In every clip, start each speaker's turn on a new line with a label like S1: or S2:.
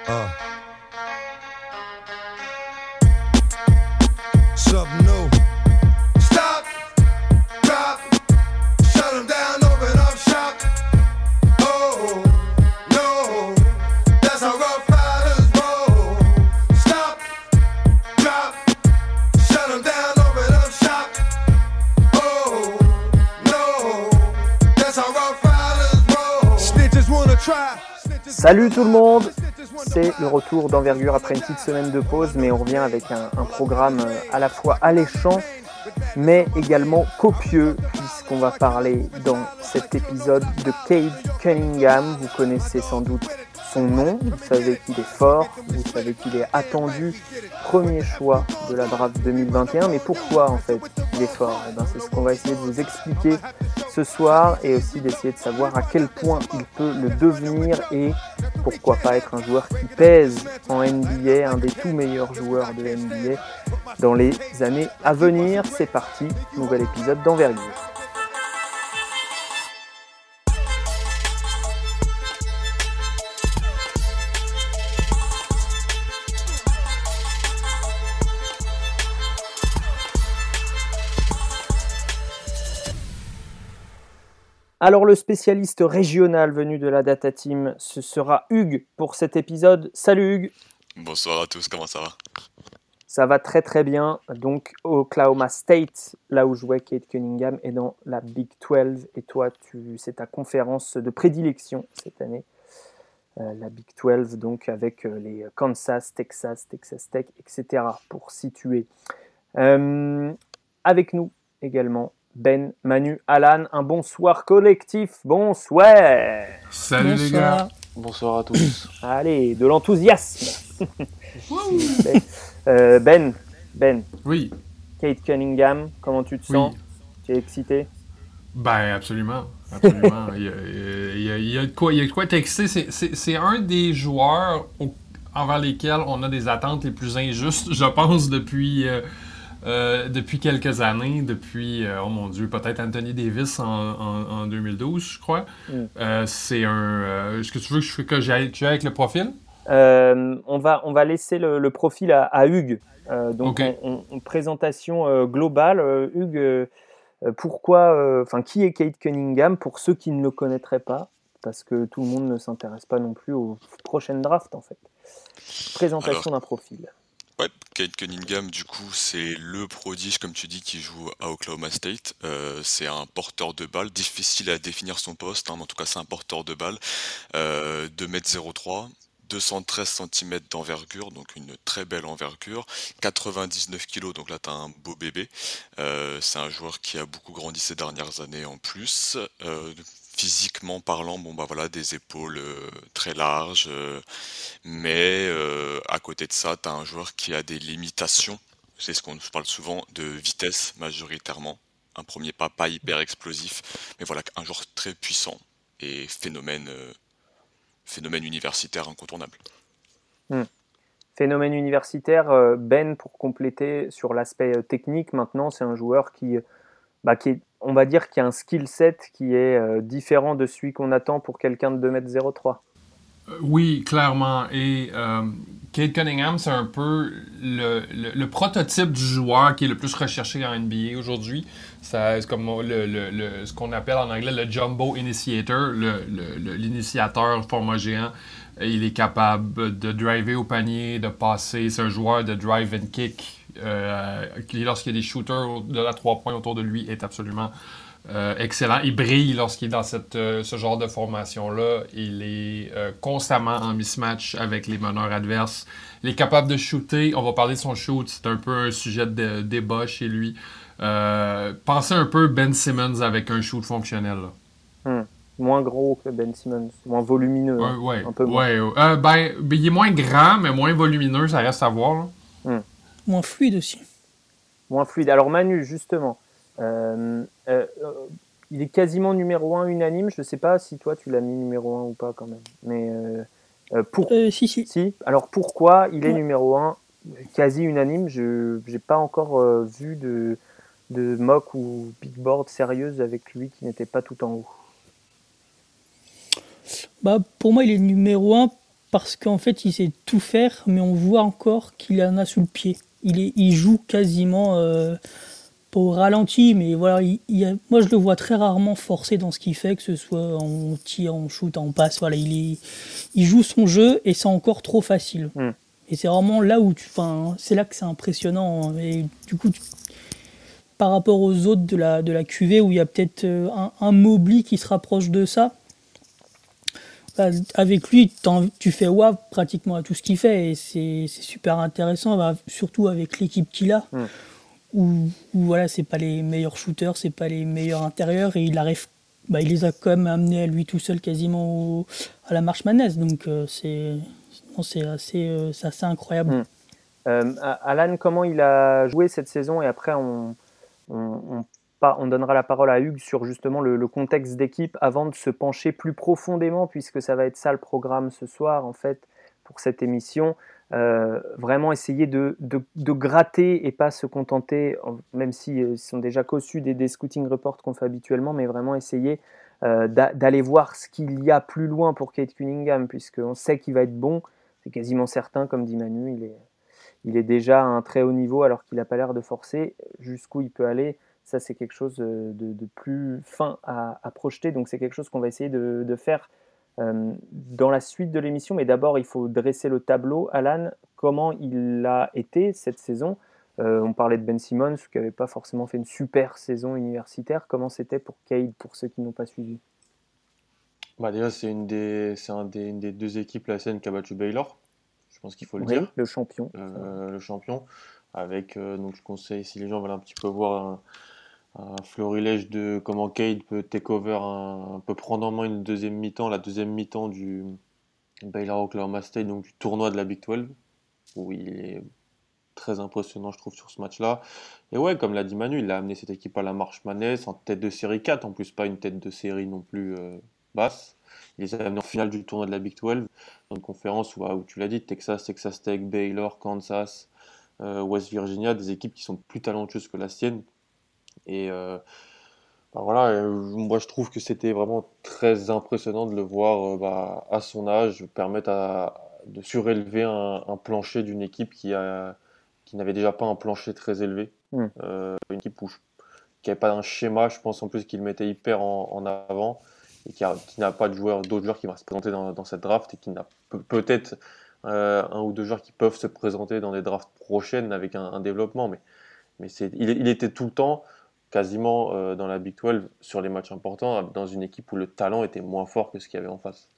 S1: Uh. Something new. Stop, drop, shut 'em down, open up shop. Oh, no, that's how rough riders roll. Stop, drop, shut 'em down, open up shop. Oh, no, that's how rough riders roll. Snitches wanna try.
S2: Salut tout le monde, c'est le retour d'Envergure après une petite semaine de pause, mais on revient avec un programme à la fois alléchant, mais également copieux, puisqu'on va parler dans cet épisode de Cade Cunningham. Vous connaissez sans doute son nom, vous savez qu'il est fort, vous savez qu'il est attendu, premier choix de la draft 2021, mais pourquoi en fait il est fort ? C'est ce qu'on va essayer de vous expliquer ce soir et aussi d'essayer de savoir à quel point il peut le devenir et pourquoi pas être un joueur qui pèse en NBA, un des tout meilleurs joueurs de NBA dans les années à venir. C'est parti, nouvel épisode d'Envergure. Alors le spécialiste régional venu de la Data Team, ce sera Hugues pour cet épisode. Salut Hugues.
S3: Bonsoir à tous, comment ça va ?
S2: Ça va très très bien. Donc Oklahoma State, là où jouait Cade Cunningham, est dans la Big 12. Et toi, c'est ta conférence de prédilection cette année. La Big 12, donc avec les Kansas, Texas Tech, etc. pour situer. Avec nous également, Ben, Manu, Alan, un bonsoir collectif, bonsoir.
S4: Salut les gars.
S5: Bonsoir à tous.
S2: Allez, de l'enthousiasme. Ben.
S4: Oui.
S2: Cade Cunningham, comment tu te sens ?
S4: Oui.
S2: Tu es excité ?
S4: Ben absolument. il y a de quoi être excité. C'est un des joueurs envers lesquels on a des attentes les plus injustes, je pense, depuis quelques années, oh mon Dieu, peut-être Anthony Davis en 2012, je crois. C'est un... Est-ce que tu veux que j'aille avec le profil?
S2: On va laisser le profil à Hugues. Donc,
S4: okay.
S2: en présentation globale, Hugues, qui est Cade Cunningham pour ceux qui ne le connaîtraient pas, parce que tout le monde ne s'intéresse pas non plus aux prochaines drafts, en fait. Présentation d'un profil.
S3: Ouais, Cade Cunningham, du coup, c'est le prodige, comme tu dis, qui joue à Oklahoma State. C'est un porteur de balle, difficile à définir son poste, mais en tout cas, c'est un porteur de balle. 2m03, 213 cm d'envergure, donc une très belle envergure. 99 kg, donc là, t'as un beau bébé. C'est un joueur qui a beaucoup grandi ces dernières années en plus. Physiquement parlant, des épaules très larges, mais à côté de ça, tu as un joueur qui a des limitations, c'est ce qu'on parle souvent de vitesse majoritairement, un premier pas hyper explosif, mais voilà, un joueur très puissant et phénomène universitaire incontournable.
S2: Phénomène universitaire, Ben, pour compléter sur l'aspect technique, maintenant c'est un joueur qui est, on va dire, qui a un skill set qui est différent de celui qu'on attend pour quelqu'un de 2m03.
S4: Oui, clairement. Et Cade Cunningham, c'est un peu le prototype du joueur qui est le plus recherché en NBA aujourd'hui. C'est comme ce qu'on appelle en anglais le Jumbo Initiator, l'initiateur format géant. Il est capable de driver au panier, de passer. C'est un joueur de drive and kick. Lorsqu'il y a des shooters de la 3 points autour de lui, est absolument excellent. Il brille lorsqu'il est dans ce genre de formation-là. Il est constamment en mismatch avec les meneurs adverses. Il est capable de shooter. On va parler de son shoot. C'est un peu un sujet de débat chez lui. Pensez un peu Ben Simmons avec un shoot fonctionnel.
S2: Moins gros que Ben Simmons. Moins volumineux. Un peu moins.
S4: Il est moins grand, mais moins volumineux. Ça reste à voir.
S6: Moins fluide aussi.
S2: Moins fluide. Alors Manu, justement... il est quasiment numéro 1 unanime. Je ne sais pas si toi tu l'as mis numéro 1 ou pas quand même. Mais
S6: si.
S2: Alors pourquoi il est numéro 1 quasi unanime? Je n'ai pas encore vu de mock ou big board sérieuse avec lui qui n'était pas tout en haut.
S6: Pour moi il est numéro 1 parce qu'en fait, il sait tout faire, mais on voit encore qu'il en a sous le pied. Il joue quasiment pas au ralenti, mais voilà, moi je le vois très rarement forcé dans ce qu'il fait, que ce soit en tir, en shoot, en passe. Voilà, il joue son jeu et c'est encore trop facile. Et c'est vraiment là où c'est là que c'est impressionnant. Et du coup, par rapport aux autres de la QV, où il y a peut-être un Mobley qui se rapproche de ça, avec lui, tu fais waouh pratiquement à tout ce qu'il fait et c'est super intéressant, surtout avec l'équipe qu'il a, où voilà, c'est pas les meilleurs shooters, c'est pas les meilleurs intérieurs et il arrive, il les a quand même amenés à lui tout seul quasiment à la March Madness, donc c'est assez incroyable.
S2: Alan, comment il a joué cette saison? Et après, on donnera la parole à Hugues sur justement le contexte d'équipe avant de se pencher plus profondément, puisque ça va être ça le programme ce soir en fait pour cette émission. Vraiment essayer de gratter et pas se contenter, même s'ils sont déjà cossus des scouting reports qu'on fait habituellement, mais vraiment essayer d'aller voir ce qu'il y a plus loin pour Cade Cunningham, puisqu'on sait qu'il va être bon, c'est quasiment certain, comme dit Manu, il est déjà à un très haut niveau alors qu'il n'a pas l'air de forcer. Jusqu'où il peut aller, ça c'est quelque chose de plus fin à projeter. Donc c'est quelque chose qu'on va essayer de faire dans la suite de l'émission. Mais d'abord, il faut dresser le tableau. Alan, comment il a été cette saison? On parlait de Ben Simmons, qui n'avait pas forcément fait une super saison universitaire. Comment c'était pour Cade, pour ceux qui n'ont pas suivi?
S5: Déjà, c'est une des deux équipes, la SN, qui a battu Baylor. Je pense qu'il faut le dire.
S2: Le champion.
S5: Le champion. Avec, donc je conseille, si les gens veulent un petit peu voir un florilège de comment Cade peut take over, peut prendre en main une deuxième mi-temps, la deuxième mi-temps du Baylor Oklahoma State, donc du tournoi de la Big 12, où il est très impressionnant, je trouve, sur ce match-là. Et ouais, comme l'a dit Manu, il a amené cette équipe à la March Madness en tête de série 4, en plus pas une tête de série non plus basse. Il les a amenés en finale du tournoi de la Big 12, dans une conférence où tu l'as dit, Texas Tech, Baylor, Kansas, West Virginia, des équipes qui sont plus talentueuses que la sienne. Et voilà, moi je trouve que c'était vraiment très impressionnant de le voir à son âge permettre de surélever un plancher d'une équipe qui n'avait déjà pas un plancher très élevé. Une équipe qui n'avait pas un schéma, je pense en plus qu'il mettait hyper en avant et qui n'a pas d'autres joueurs qui vont se présenter dans cette draft et qui n'a peut-être un ou deux joueurs qui peuvent se présenter dans des drafts prochaines avec un développement. Mais il était tout le temps quasiment dans la Big 12 sur les matchs importants dans une équipe où le talent était moins fort que ce qu'il y avait en face.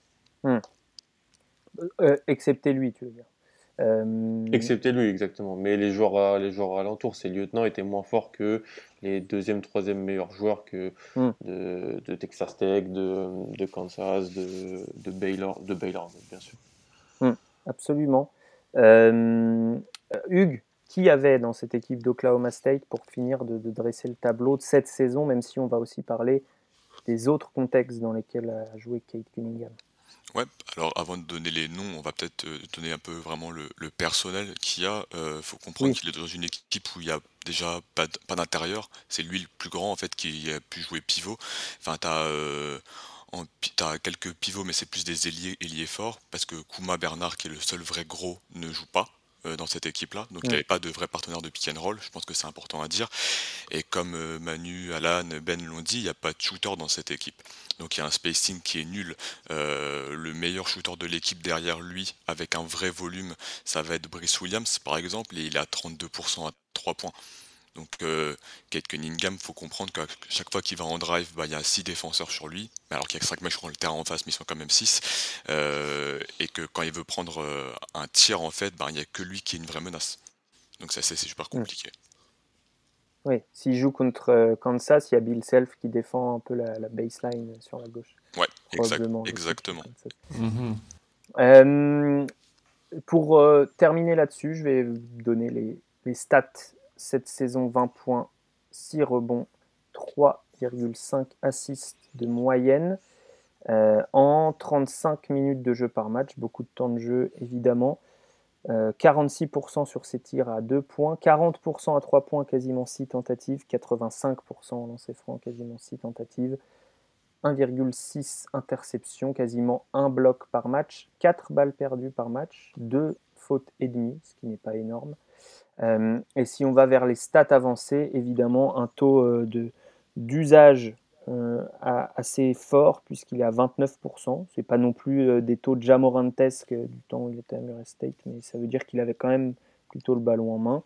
S2: Excepté lui, tu veux dire.
S5: Excepté lui, exactement. Mais les joueurs alentours, ses lieutenants étaient moins forts que les deuxième, troisième meilleurs joueurs que de Texas Tech, de Kansas, de Baylor, bien sûr.
S2: Absolument. Hugues, qui avait dans cette équipe d'Oklahoma State pour finir de dresser le tableau de cette saison, même si on va aussi parler des autres contextes dans lesquels a joué Cade Cunningham?
S3: Ouais, alors avant de donner les noms, on va peut-être donner un peu vraiment le personnel qu'il y a. Faut comprendre qu'il est dans une équipe où il y a déjà pas d'intérieur. C'est lui le plus grand en fait qui a pu jouer pivot. Enfin, t'as quelques pivots, mais c'est plus des ailiers forts parce que Kouma Bernard, qui est le seul vrai gros, ne joue pas dans cette équipe-là. Donc il n'avait pas de vrai partenaire de pick and roll. Je pense que c'est important à dire. Et comme Manu, Alan, Ben l'ont dit, il n'y a pas de shooter dans cette équipe. Donc il y a un spacing qui est nul. Le meilleur shooter de l'équipe derrière lui, avec un vrai volume, ça va être Brice Williams par exemple, et il est à 32% à 3 points. Donc Cade Cunningham, faut comprendre qu'à chaque fois qu'il va en drive, il y a 6 défenseurs sur lui, alors qu'il y a 5 mecs sur le terrain en face, mais ils sont quand même 6. Et que quand il veut prendre un tir, en fait, il n'y a que lui qui est une vraie menace. Donc ça, c'est super compliqué.
S2: Oui, s'il joue contre Kansas, il y a Bill Self qui défend un peu la baseline sur la gauche.
S3: Ouais, exactement.
S2: Pour terminer là-dessus, je vais donner les stats. Cette saison, 20 points, 6 rebonds, 3,5 assists de moyenne en 35 minutes de jeu par match. Beaucoup de temps de jeu, évidemment. 46% sur ses tirs à 2 points, 40% à 3 points, quasiment 6 tentatives, 85% en lancer franc, quasiment 6 tentatives, 1,6 interceptions, quasiment un bloc par match, 4 balles perdues par match, 2 fautes et demie, ce qui n'est pas énorme. Et si on va vers les stats avancées, évidemment, un taux d'usage assez fort, puisqu'il est à 29%. Ce n'est pas non plus des taux jamorantesques du temps où il était à Murray State, mais ça veut dire qu'il avait quand même plutôt le ballon en main.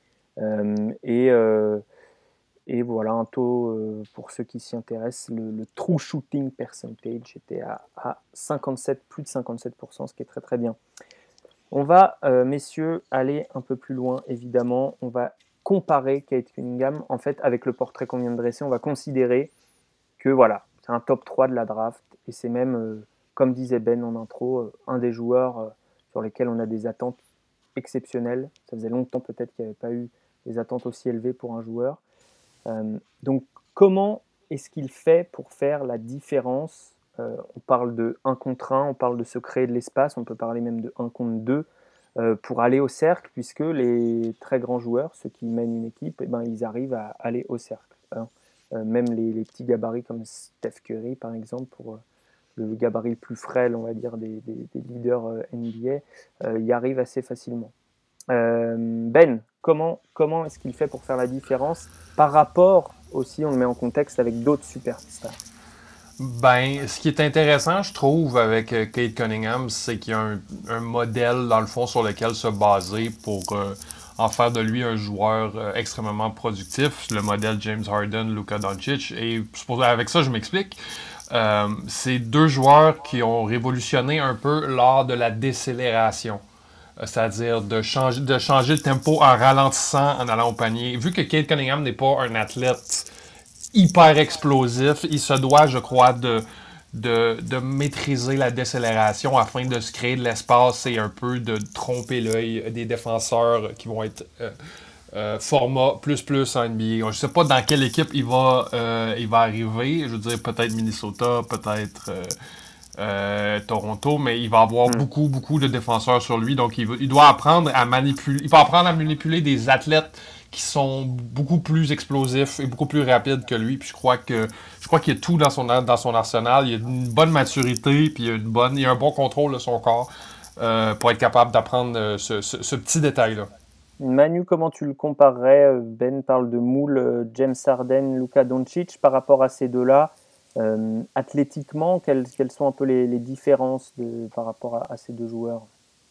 S2: Et voilà, un taux, pour ceux qui s'y intéressent, le true shooting percentage était à 57, plus de 57%, ce qui est très très bien. On va, messieurs, aller un peu plus loin, évidemment. On va comparer Cade Cunningham. En fait, avec le portrait qu'on vient de dresser, on va considérer que voilà, c'est un top 3 de la draft. Et c'est même, comme disait Ben en intro, un des joueurs sur lesquels on a des attentes exceptionnelles. Ça faisait longtemps peut-être qu'il n'y avait pas eu des attentes aussi élevées pour un joueur. Donc, comment est-ce qu'il fait pour faire la différence? On parle de 1 contre 1, on parle de se créer de l'espace, on peut parler même de 1 contre 2 pour aller au cercle, puisque les très grands joueurs, ceux qui mènent une équipe, ils arrivent à aller au cercle. Même les petits gabarits comme Steph Curry, par exemple, pour le gabarit le plus frêle, on va dire, des leaders NBA, y arrivent assez facilement. Ben, comment est-ce qu'il fait pour faire la différence par rapport aussi, on le met en contexte avec d'autres superstars?
S4: Ce qui est intéressant, je trouve, avec Cade Cunningham, c'est qu'il y a un modèle, dans le fond, sur lequel se baser pour en faire de lui un joueur extrêmement productif. Le modèle James Harden, Luka Doncic. Et avec ça, je m'explique. C'est 2 joueurs qui ont révolutionné un peu lors de la décélération. C'est-à-dire de changer le tempo en ralentissant, en allant au panier. Vu que Cade Cunningham n'est pas un athlète hyper explosif, il se doit, je crois, de maîtriser la décélération afin de se créer de l'espace et un peu de tromper l'œil des défenseurs qui vont être format plus en NBA. Je ne sais pas dans quelle équipe il va arriver. Je veux dire, peut-être Minnesota, peut-être Toronto, mais il va avoir beaucoup de défenseurs sur lui. Donc, il doit apprendre à manipuler. Il va apprendre à manipuler des athlètes qui sont beaucoup plus explosifs et beaucoup plus rapides que lui. Puis je crois qu'il y a tout dans son arsenal. Il y a une bonne maturité, puis il y a un bon contrôle de son corps pour être capable d'apprendre ce petit détail-là.
S2: Manu, comment tu le comparerais? Ben parle de moule, James Harden, Luka Doncic par rapport à ces deux-là. Athlétiquement, quelles sont un peu les différences par rapport à ces deux joueurs?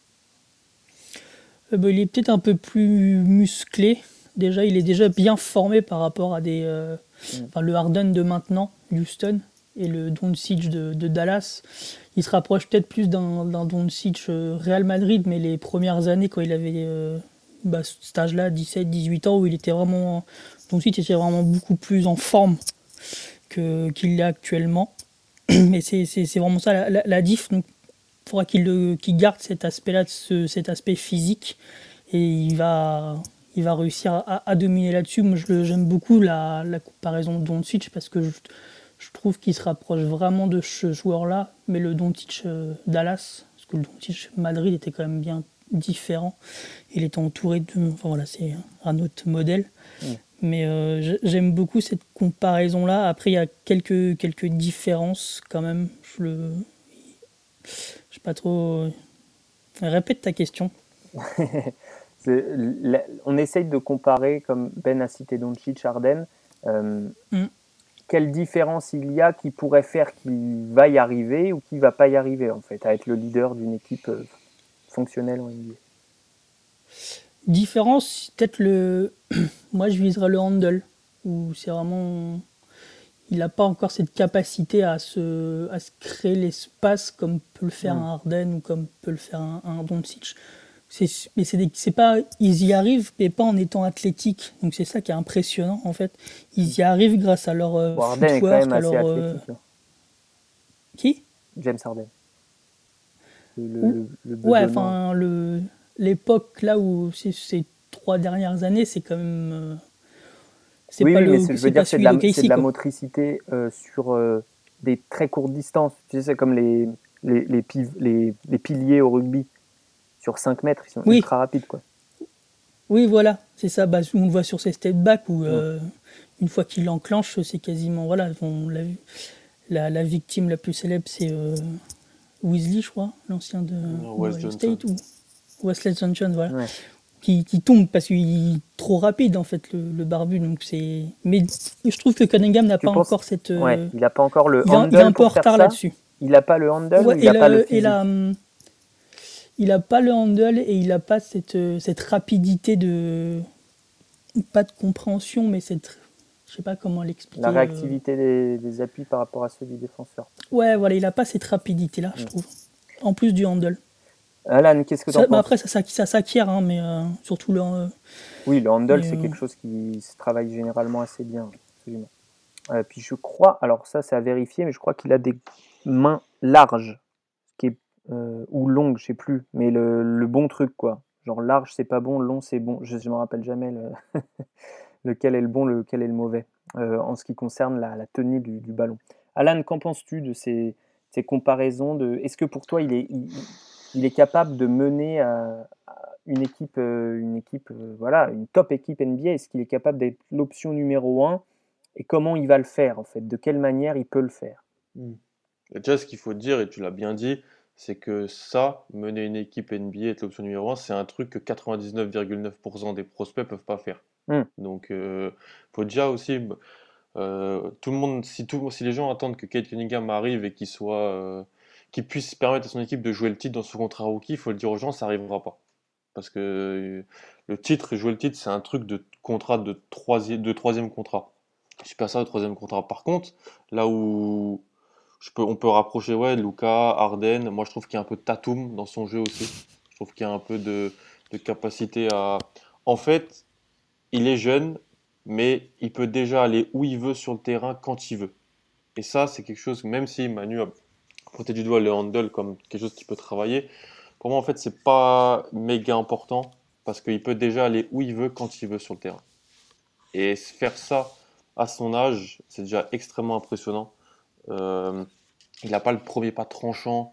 S6: Il est peut-être un peu plus musclé. Déjà, il est déjà bien formé par rapport à le Harden de maintenant, Houston, et le Doncic de Dallas. Il se rapproche peut-être plus d'un Doncic Real Madrid, mais les premières années, quand il avait cet âge-là, 17-18 ans, où Doncic était vraiment beaucoup plus en forme qu'il l'est actuellement. Mais c'est vraiment ça la diff. Donc, il faudra qu'il garde cet aspect-là, cet aspect physique, et il va réussir à dominer là-dessus. Moi, j'aime beaucoup la comparaison de Doncic, parce que je trouve qu'il se rapproche vraiment de ce joueur-là, mais le Doncic Dallas, parce que le Doncic Madrid était quand même bien différent. Il était entouré c'est un autre modèle. Mais j'aime beaucoup cette comparaison-là. Après, il y a quelques différences quand même. Je sais pas trop. Répète ta question.
S2: On essaye de comparer, comme Ben a cité Doncic, Harden. Quelle différence il y a qui pourrait faire qu'il va y arriver ou qu'il ne va pas y arriver, en fait, à être le leader d'une équipe fonctionnelle en NBA?
S6: Différence, peut-être moi je viserais le handle, où c'est vraiment, il n'a pas encore cette capacité à se créer l'espace comme peut le faire un Harden ou comme peut le faire un Doncic. Mais c'est pas, ils y arrivent, mais pas en étant athlétiques. Donc c'est ça qui est impressionnant en fait. Ils y arrivent grâce à leur
S2: Harden est quand même assez athlétique.
S6: Qui?
S2: James Harden.
S6: L'époque là où ces 3 dernières années, c'est quand même.
S2: C'est de la motricité sur des très courtes distances. Tu sais, c'est comme les piliers au rugby. Sur 5 mètres, ils sont ultra rapides, quoi.
S6: Oui, voilà, c'est ça. On le voit sur ces step back où une fois qu'il l'enclenche, c'est quasiment, on l'a vu. La victime la plus célèbre, c'est Weasley, je crois, l'ancien de
S5: Wes
S6: Ohio
S5: Johnson.
S6: State, ou Wesley Johnson, voilà,
S2: Ouais.
S6: qui tombe parce qu'il est trop rapide, en fait, le barbu. Donc c'est... Mais je trouve que Cunningham n'a
S2: Tu
S6: pas
S2: penses
S6: encore cette...
S2: Ouais, il n'a pas encore le
S6: il est un
S2: handle
S6: peu en
S2: pour faire
S6: retard
S2: ça.
S6: là-dessus.
S2: Il n'a pas le handle
S6: Ouais,
S2: ou il n'a pas le physique.
S6: il n'a pas le handle et il n'a pas cette rapidité de... Pas de compréhension, mais cette... Je sais pas comment l'expliquer.
S2: La réactivité des appuis par rapport à ceux du défenseur.
S6: Ouais, voilà, il n'a pas cette rapidité-là, je trouve. En plus du handle.
S2: Alan, qu'est-ce que tu en penses?
S6: Après, ça s'acquiert, hein, mais surtout le...
S2: Oui, le handle,
S6: mais,
S2: c'est quelque chose qui se travaille généralement assez bien, absolument. Puis je crois, alors ça c'est à vérifier, mais je crois qu'il a des mains larges, ou longues, je sais plus, mais le bon truc quoi. Genre large c'est pas bon, long c'est bon. Je me rappelle jamais lequel est le bon, lequel est le mauvais, en ce qui concerne la tenue du ballon. Alan, qu'en penses-tu de ces comparaisons Est-ce que pour toi il est capable de mener une équipe, voilà, une top équipe NBA? Est-ce qu'il est capable d'être l'option numéro 1? Et comment il va le faire en fait? De quelle manière il peut le faire?
S5: Et déjà, ce qu'il faut dire, et tu l'as bien dit, c'est que ça, mener une équipe NBA, être l'option numéro 1, c'est un truc que 99,9% des prospects peuvent pas faire. Donc, faut déjà aussi, tout le monde, si les gens attendent que Cade Cunningham arrive et qu'il puisse permettre à son équipe de jouer le titre dans son contrat rookie, il faut le dire aux gens, ça n'arrivera pas. Parce que le titre, jouer le titre, c'est un truc de contrat de troisième contrat. Super ça, de troisième contrat. Par contre, là où on peut rapprocher Luka, Harden. Moi, je trouve qu'il y a un peu de Tatum dans son jeu aussi. Je trouve qu'il y a un peu de capacité à... En fait, il est jeune, mais il peut déjà aller où il veut sur le terrain quand il veut. Et ça, c'est quelque chose, même si Manu a pointé du doigt le handle comme quelque chose qui peut travailler, pour moi, en fait, c'est pas méga important parce qu'il peut déjà aller où il veut quand il veut sur le terrain. Et faire ça à son âge, c'est déjà extrêmement impressionnant. Il n'a pas le premier pas tranchant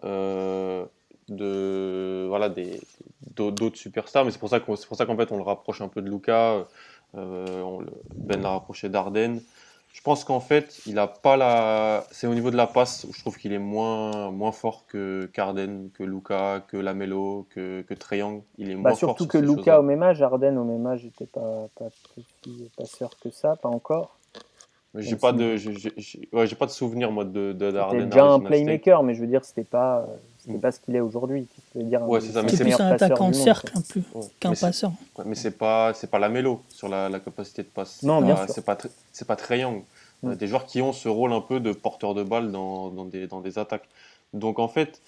S5: d'autres superstars, mais c'est pour ça qu'en fait on le rapproche un peu de Luka, Ben l'a rapproché d'Arden. Je pense qu'en fait il a pas c'est au niveau de la passe où je trouve qu'il est moins fort que qu'Arden, que Luka, que Lamelo, que Trae Young. Il est moins fort
S2: surtout
S5: sur
S2: que
S5: ces
S2: Luka
S5: choses-là.
S2: au même âge, Harden au même âge n'était pas aussi passeur que ça, pas encore.
S5: J'ai pas de souvenir moi de
S2: C'était
S5: d'Arden
S2: déjà un
S5: Arizona State.
S2: playmaker, mais je veux dire c'était pas ce qu'il est aujourd'hui. Je veux dire
S5: Ouais, c'est ça, mais
S6: c'est plus un attaquant de cercle qu'un
S5: mais
S6: passeur.
S5: mais c'est pas Lamelo sur la capacité de passe.
S2: Non, bien sûr.
S5: C'est pas Trae Young. Des joueurs qui ont ce rôle un peu de porteur de balle dans des attaques. Donc en fait,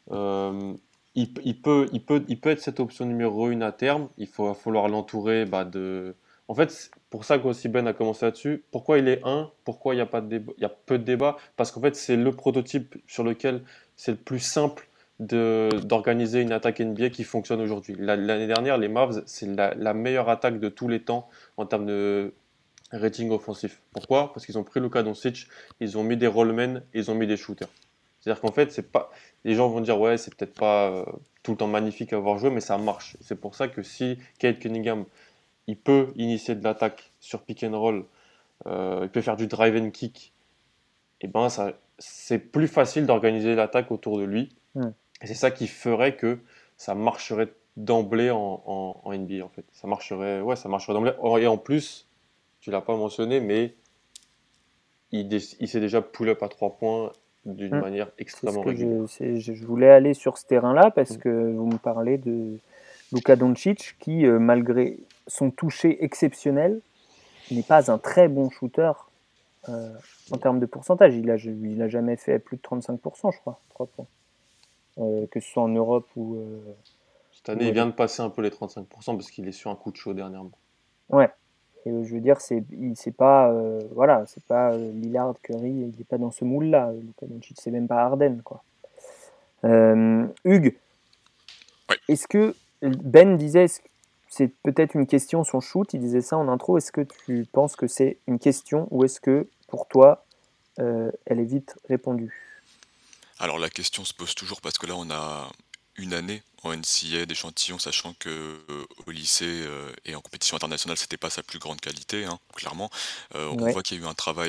S5: il peut être cette option numéro 1 à terme. Il va falloir l'entourer de. En fait, c'est pour ça qu'aussi Ben a commencé là-dessus. Pourquoi il est 1? Pourquoi il y a pas de débat? Il y a peu de débat parce qu'en fait, c'est le prototype sur lequel c'est le plus simple d'organiser une attaque NBA qui fonctionne aujourd'hui. L'année dernière, les Mavs, c'est la meilleure attaque de tous les temps en termes de rating offensif. Pourquoi? Parce qu'ils ont pris Luka Doncic, ils ont mis des rollmen, ils ont mis des shooters. C'est-à-dire qu'en fait, c'est pas. Les gens vont dire ouais, c'est peut-être pas tout le temps magnifique à avoir joué, mais ça marche. C'est pour ça que si Cade Cunningham, il peut initier de l'attaque sur pick and roll, il peut faire du drive and kick, et ben ça, c'est plus facile d'organiser l'attaque autour de lui. Et c'est ça qui ferait que ça marcherait d'emblée en NBA en fait. Ça marcherait d'emblée. Et en plus, tu l'as pas mentionné, mais il s'est déjà pull-up à 3 points d'une manière extrêmement régulière.
S2: Je voulais aller sur ce terrain-là parce que vous me parlez de Luka Doncic qui, malgré son toucher exceptionnel, n'est pas un très bon shooter en termes de pourcentage. Il a jamais fait plus de 35%, je crois, 3 points. Que ce soit en Europe ou...
S5: Cette année, il vient de passer un peu les 35% parce qu'il est sur un coup de chaud dernièrement.
S2: Ouais. Et je veux dire, c'est pas c'est pas Lillard, Curry, il n'est pas dans ce moule-là. Luka Doncic, c'est même pas Harden, quoi. Hugues,
S3: Ouais.
S2: est-ce que Ben disait, c'est peut-être une question son shoot, il disait ça en intro. Est-ce que tu penses que c'est une question ou est-ce que pour toi, elle est vite répondue?
S3: Alors la question se pose toujours parce que là on a une année en NCAA d'échantillons, sachant que au lycée et en compétition internationale c'était pas sa plus grande qualité, hein, clairement. On
S2: Ouais.
S3: voit qu'il y a eu un travail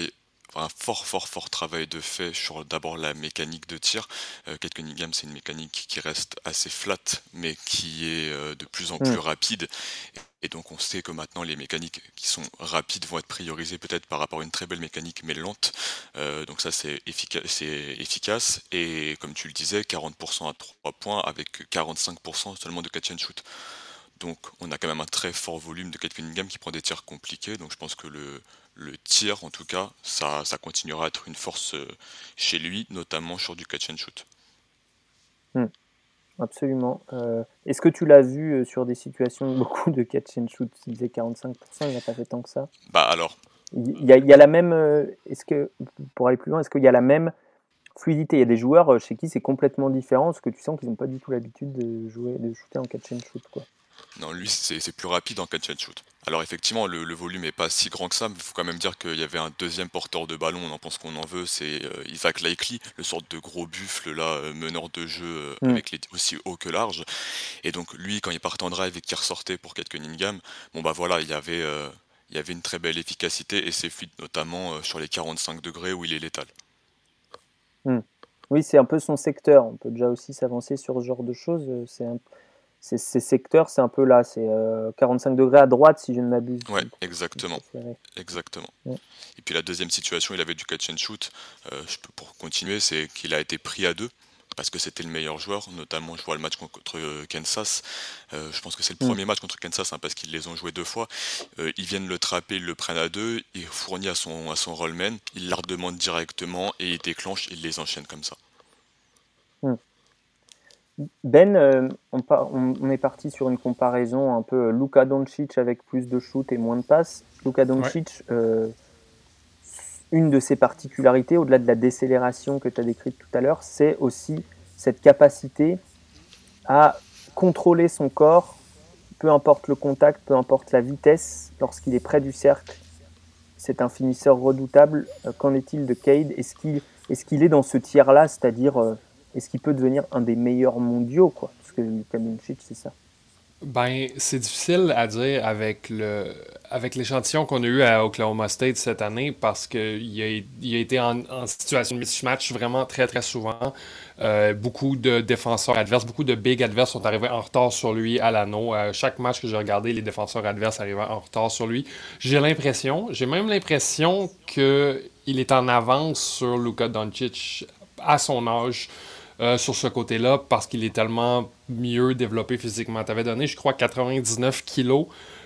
S3: un fort travail de fait sur d'abord la mécanique de tir. Kate Cunningham, c'est une mécanique qui reste assez flat, mais qui est de plus en plus
S2: Mm.
S3: rapide. Et donc on sait que maintenant les mécaniques qui sont rapides vont être priorisées peut-être par rapport à une très belle mécanique mais lente. Donc ça c'est efficace. Et comme tu le disais, 40% à 3 points avec 45% seulement de catch and shoot. Donc on a quand même un très fort volume de Kate Cunningham qui prend des tirs compliqués. Donc je pense que le tir, en tout cas, ça continuera à être une force chez lui, notamment sur du catch and shoot.
S2: Mm. Absolument. Est-ce que tu l'as vu sur des situations beaucoup de catch and shoot? Il disait 45%, il n'a pas fait tant que ça.
S3: Bah alors,
S2: Il y a la même. Est-ce que, pour aller plus loin, est-ce qu'il y a la même fluidité? Il y a des joueurs chez qui c'est complètement différent, parce que tu sens qu'ils n'ont pas du tout l'habitude de shooter en catch and shoot, quoi.
S3: non, lui c'est plus rapide en catch and shoot. Alors effectivement, le volume est pas si grand que ça, mais il faut quand même dire qu'il y avait un deuxième porteur de ballon, on en pense qu'on en veut, c'est Isaac Likely, le sorte de gros buffle là, meneur de jeu avec les aussi haut que large. Et donc lui, quand il partait en drive et qu'il ressortait pour Kate Cunningham, bon bah voilà, il y avait une très belle efficacité et c'est fluide, notamment sur les 45 degrés où il est létal.
S2: Mm. Oui, c'est un peu son secteur. On peut déjà aussi s'avancer sur ce genre de choses. Ces secteurs, c'est un peu là. C'est 45 degrés à droite, si je ne m'abuse.
S3: Ouais, exactement.
S2: Ouais.
S3: Exactement.
S2: Ouais.
S3: Et puis la deuxième situation, il avait du catch and shoot. Pour continuer, c'est qu'il a été pris à deux parce que c'était le meilleur joueur. Notamment, je vois le match contre Kansas. Je pense que c'est le premier match contre Kansas parce qu'ils les ont joués 2 fois. Ils viennent le trapper, ils le prennent à deux. Il fournit à son rollman. Il la redemande directement et il déclenche. Il les enchaîne comme ça.
S2: Ben, on est parti sur une comparaison un peu Luka Doncic avec plus de shoot et moins de passes. Luka Doncic, une de ses particularités, au-delà de la décélération que tu as décrite tout à l'heure, c'est aussi cette capacité à contrôler son corps, peu importe le contact, peu importe la vitesse, lorsqu'il est près du cercle. C'est un finisseur redoutable. Qu'en est-il de Cade? Est-ce qu'il est dans ce tiers-là, c'est-à-dire est-ce qu'il peut devenir un des meilleurs mondiaux, quoi? Parce que Luka Doncic, c'est ça.
S4: Ben, c'est difficile à dire avec l'échantillon qu'on a eu à Oklahoma State cette année parce qu'il a été en situation de mismatch vraiment très souvent. Beaucoup de défenseurs adverses, beaucoup de big adverses sont arrivés en retard sur lui à l'anneau. Chaque match que j'ai regardé, les défenseurs adverses arrivaient en retard sur lui. J'ai même l'impression qu'il est en avance sur Luka Doncic à son âge. Sur ce côté-là, parce qu'il est tellement mieux développé physiquement. Tu avais donné, je crois, 99 kilos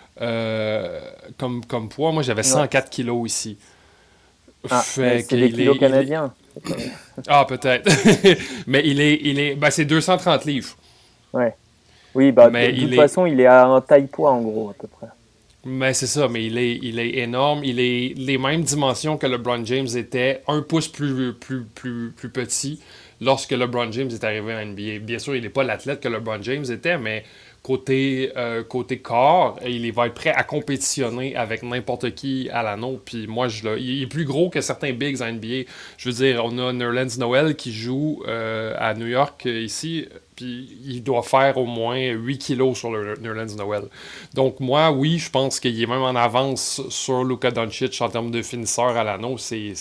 S4: comme poids. Moi, j'avais 104 kilos ici.
S2: Mais c'est des kilos canadiens.
S4: Ah, peut-être. Mais c'est 230 livres.
S2: Ouais. Oui, de toute façon, il est à un taille-poids, en gros, à peu près.
S4: Mais c'est ça, mais il est énorme. Il est les mêmes dimensions que LeBron James était, un pouce plus petit lorsque LeBron James est arrivé à NBA. Bien sûr, il n'est pas l'athlète que LeBron James était, mais côté corps, il va être prêt à compétitionner avec n'importe qui à l'anneau. Puis moi, il est plus gros que certains bigs en NBA. Je veux dire, on a Nerlens Noel qui joue à New York ici, puis il doit faire au moins 8 kilos sur le Nerlens Noel. Donc moi, oui, je pense qu'il est même en avance sur Luka Doncic en termes de finisseur à l'anneau.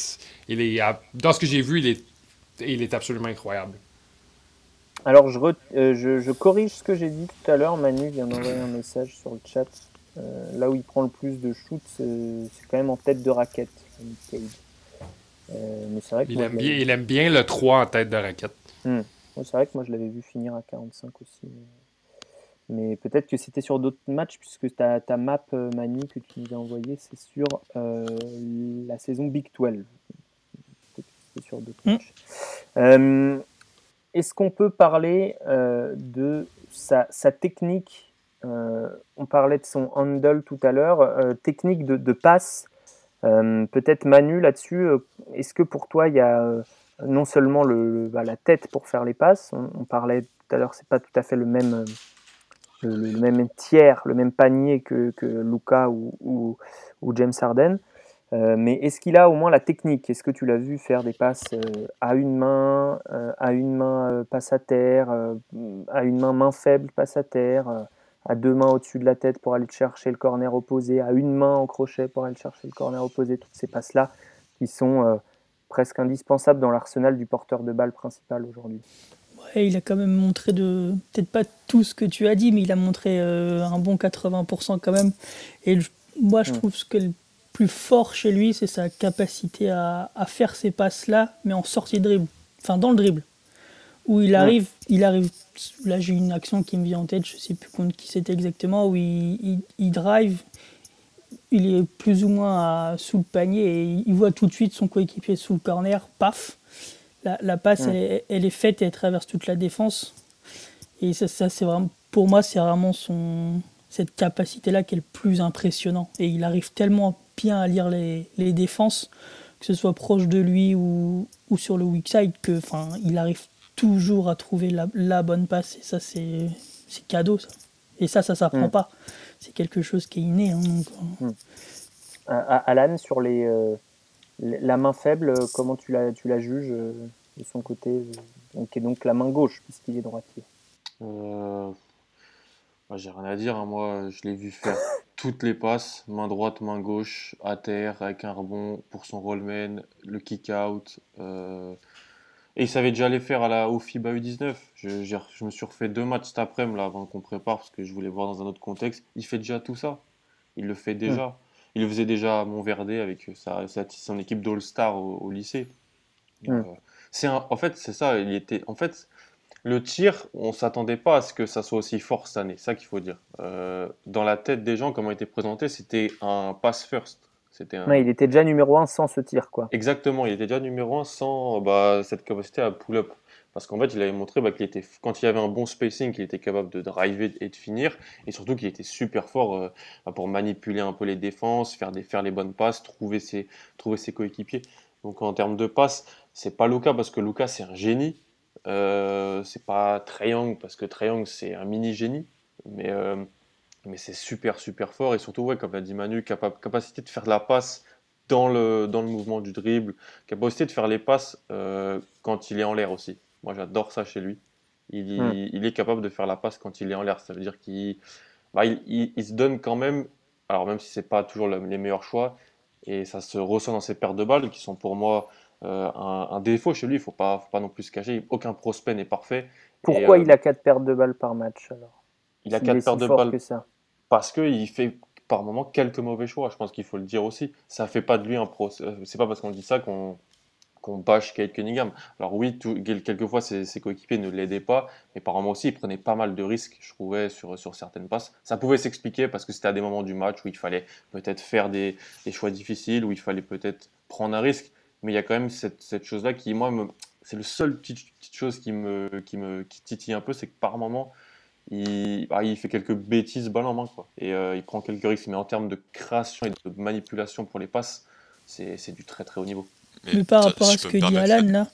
S4: Dans ce que j'ai vu, il est absolument incroyable.
S2: Alors, je corrige ce que j'ai dit tout à l'heure. Manu vient d'envoyer un message sur le chat. Là où il prend le plus de shoots, c'est quand même en tête de raquette. Mais c'est vrai que
S4: il aime bien le 3 en tête de raquette.
S2: C'est vrai que moi, je l'avais vu finir à 45 aussi. Mais peut-être que c'était sur d'autres matchs, puisque ta map, Manu, que tu nous as envoyée, c'est sur la saison Big 12. Peut-être que c'était sur d'autres matchs. Est-ce qu'on peut parler de sa technique? On parlait de son handle tout à l'heure, technique de passe. Peut-être Manu là-dessus, est-ce que pour toi il y a non seulement la tête pour faire les passes, on parlait tout à l'heure, c'est pas tout à fait le même tiers, le même panier que Luka ou James Harden. Mais est-ce qu'il a au moins la technique? Est-ce que tu l'as vu faire des passes à une main passe à terre, à une main faible passe à terre, à 2 mains au-dessus de la tête pour aller chercher le corner opposé, à une main en crochet pour aller chercher le corner opposé, toutes ces passes-là? qui sont presque indispensables dans l'arsenal du porteur de balle principal aujourd'hui.
S6: Ouais, il a quand même montré peut-être pas tout ce que tu as dit, mais il a montré un bon 80% quand même. Et moi, je trouve ce que le plus fort chez lui, c'est sa capacité à faire ces passes-là, mais en sortie de dribble. Enfin, dans le dribble. Où il arrive. Là, j'ai une action qui me vient en tête, je sais plus contre qui c'était exactement, où il drive, il est plus ou moins sous le panier et il voit tout de suite son coéquipier sous le corner, paf. La passe, elle est faite et elle traverse toute la défense. Et ça c'est vraiment, pour moi, c'est vraiment cette capacité-là qui est le plus impressionnant. Et il arrive tellement bien à lire les défenses, que ce soit proche de lui ou sur le weak side, que, il arrive toujours à trouver la bonne passe. Et ça, c'est cadeau, ça. Et ça s'apprend pas. C'est quelque chose qui est inné. Hein, donc,
S2: Alan, sur la main faible, comment tu la juges de son côté, qui est donc la main gauche, puisqu'il est droitier?
S5: J'ai rien à dire, hein. Moi, je l'ai vu faire toutes les passes, main droite, main gauche, à terre, avec un rebond pour son rollman, le kick-out. Et il savait déjà les faire au FIBA U19. Je me suis refait 2 matchs cet après-midi là, avant qu'on prépare, parce que je voulais voir dans un autre contexte. Il fait déjà tout ça. Il le fait déjà. Il le faisait déjà à Montverdé avec son équipe d'All-Star au lycée. En fait, c'est ça. En fait, le tir, on s'attendait pas à ce que ça soit aussi fort cette année. C'est ça qu'il faut dire. Dans la tête des gens, comment il était présenté, c'était un pass first.
S2: Il était déjà numéro 1 sans ce tir, quoi.
S5: Exactement, il était déjà numéro 1 sans cette capacité à pull-up. Parce qu'en fait, il avait montré quand il avait un bon spacing, qu'il était capable de driver et de finir. Et surtout qu'il était super fort pour manipuler un peu les défenses, faire les bonnes passes, trouver ses coéquipiers. Donc en termes de passes, c'est pas Luka parce que Luka c'est un génie. C'est pas Trae Young parce que Trae Young c'est un mini génie. Mais c'est super super fort et surtout ouais, comme l'a dit Manu, capacité de faire de la passe dans le mouvement du dribble, capacité de faire les passes quand il est en l'air aussi. Moi j'adore ça chez lui. Il est capable de faire la passe quand il est en l'air. Ça veut dire qu'il se donne quand même, alors même si c'est pas toujours les meilleurs choix, et ça se ressent dans ses pertes de balles qui sont pour moi un défaut chez lui. Faut pas non plus se cacher. Aucun prospect n'est parfait.
S2: Pourquoi il a 4 pertes de balles par match alors?
S5: Il a 4 pertes de balles
S2: que ça.
S5: Parce qu'il fait par moments quelques mauvais choix. Je pense qu'il faut le dire aussi. Ça fait pas de lui un pro. C'est pas parce qu'on dit ça qu'on bâche Cade Cunningham. Alors oui, quelquefois ses coéquipiers ne l'aidaient pas, mais par moments aussi il prenait pas mal de risques, je trouvais, sur certaines passes. Ça pouvait s'expliquer parce que c'était à des moments du match où il fallait peut-être faire des choix difficiles, où il fallait peut-être prendre un risque. Mais il y a quand même cette chose-là qui, moi, c'est le seul petite chose qui titille un peu, c'est que par moments il fait quelques bêtises balle en main, quoi. Et il prend quelques risques, mais en termes de création et de manipulation pour les passes, c'est du très très haut niveau.
S6: Mais par rapport à ce que dit Alan là,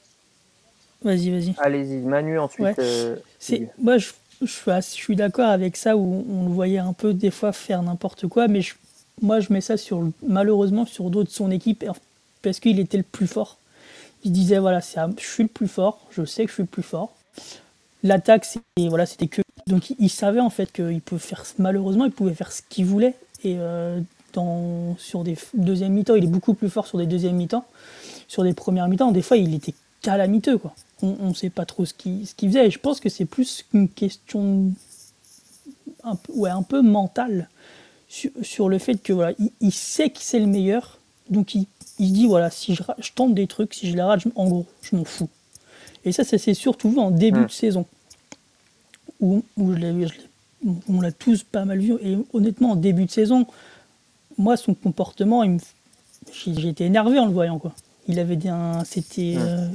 S6: vas-y.
S2: Allez-y, Manu ensuite.
S6: Ouais. Moi je suis d'accord avec ça où on le voyait un peu des fois faire n'importe quoi, mais moi je mets ça malheureusement sur d'autres de son équipe parce qu'il était le plus fort. Il disait voilà, je suis le plus fort, je sais que je suis le plus fort. L'attaque, c'était que. Donc il savait en fait qu'il pouvait faire, malheureusement, il pouvait faire ce qu'il voulait. Et sur des deuxièmes mi-temps, il est beaucoup plus fort sur des deuxièmes mi-temps. Sur des premières mi-temps, des fois, il était calamiteux, quoi. On ne sait pas trop ce qu'il faisait. Et je pense que c'est plus une question un peu mentale sur le fait que voilà, il sait que c'est le meilleur. Donc il se dit voilà, si je tente des trucs, si je les rate, en gros, je m'en fous. Et ça s'est surtout vu en début de saison, où on l'a tous pas mal vu. Et honnêtement, en début de saison, moi, son comportement, j'ai été énervé en le voyant, quoi. Il avait c'était...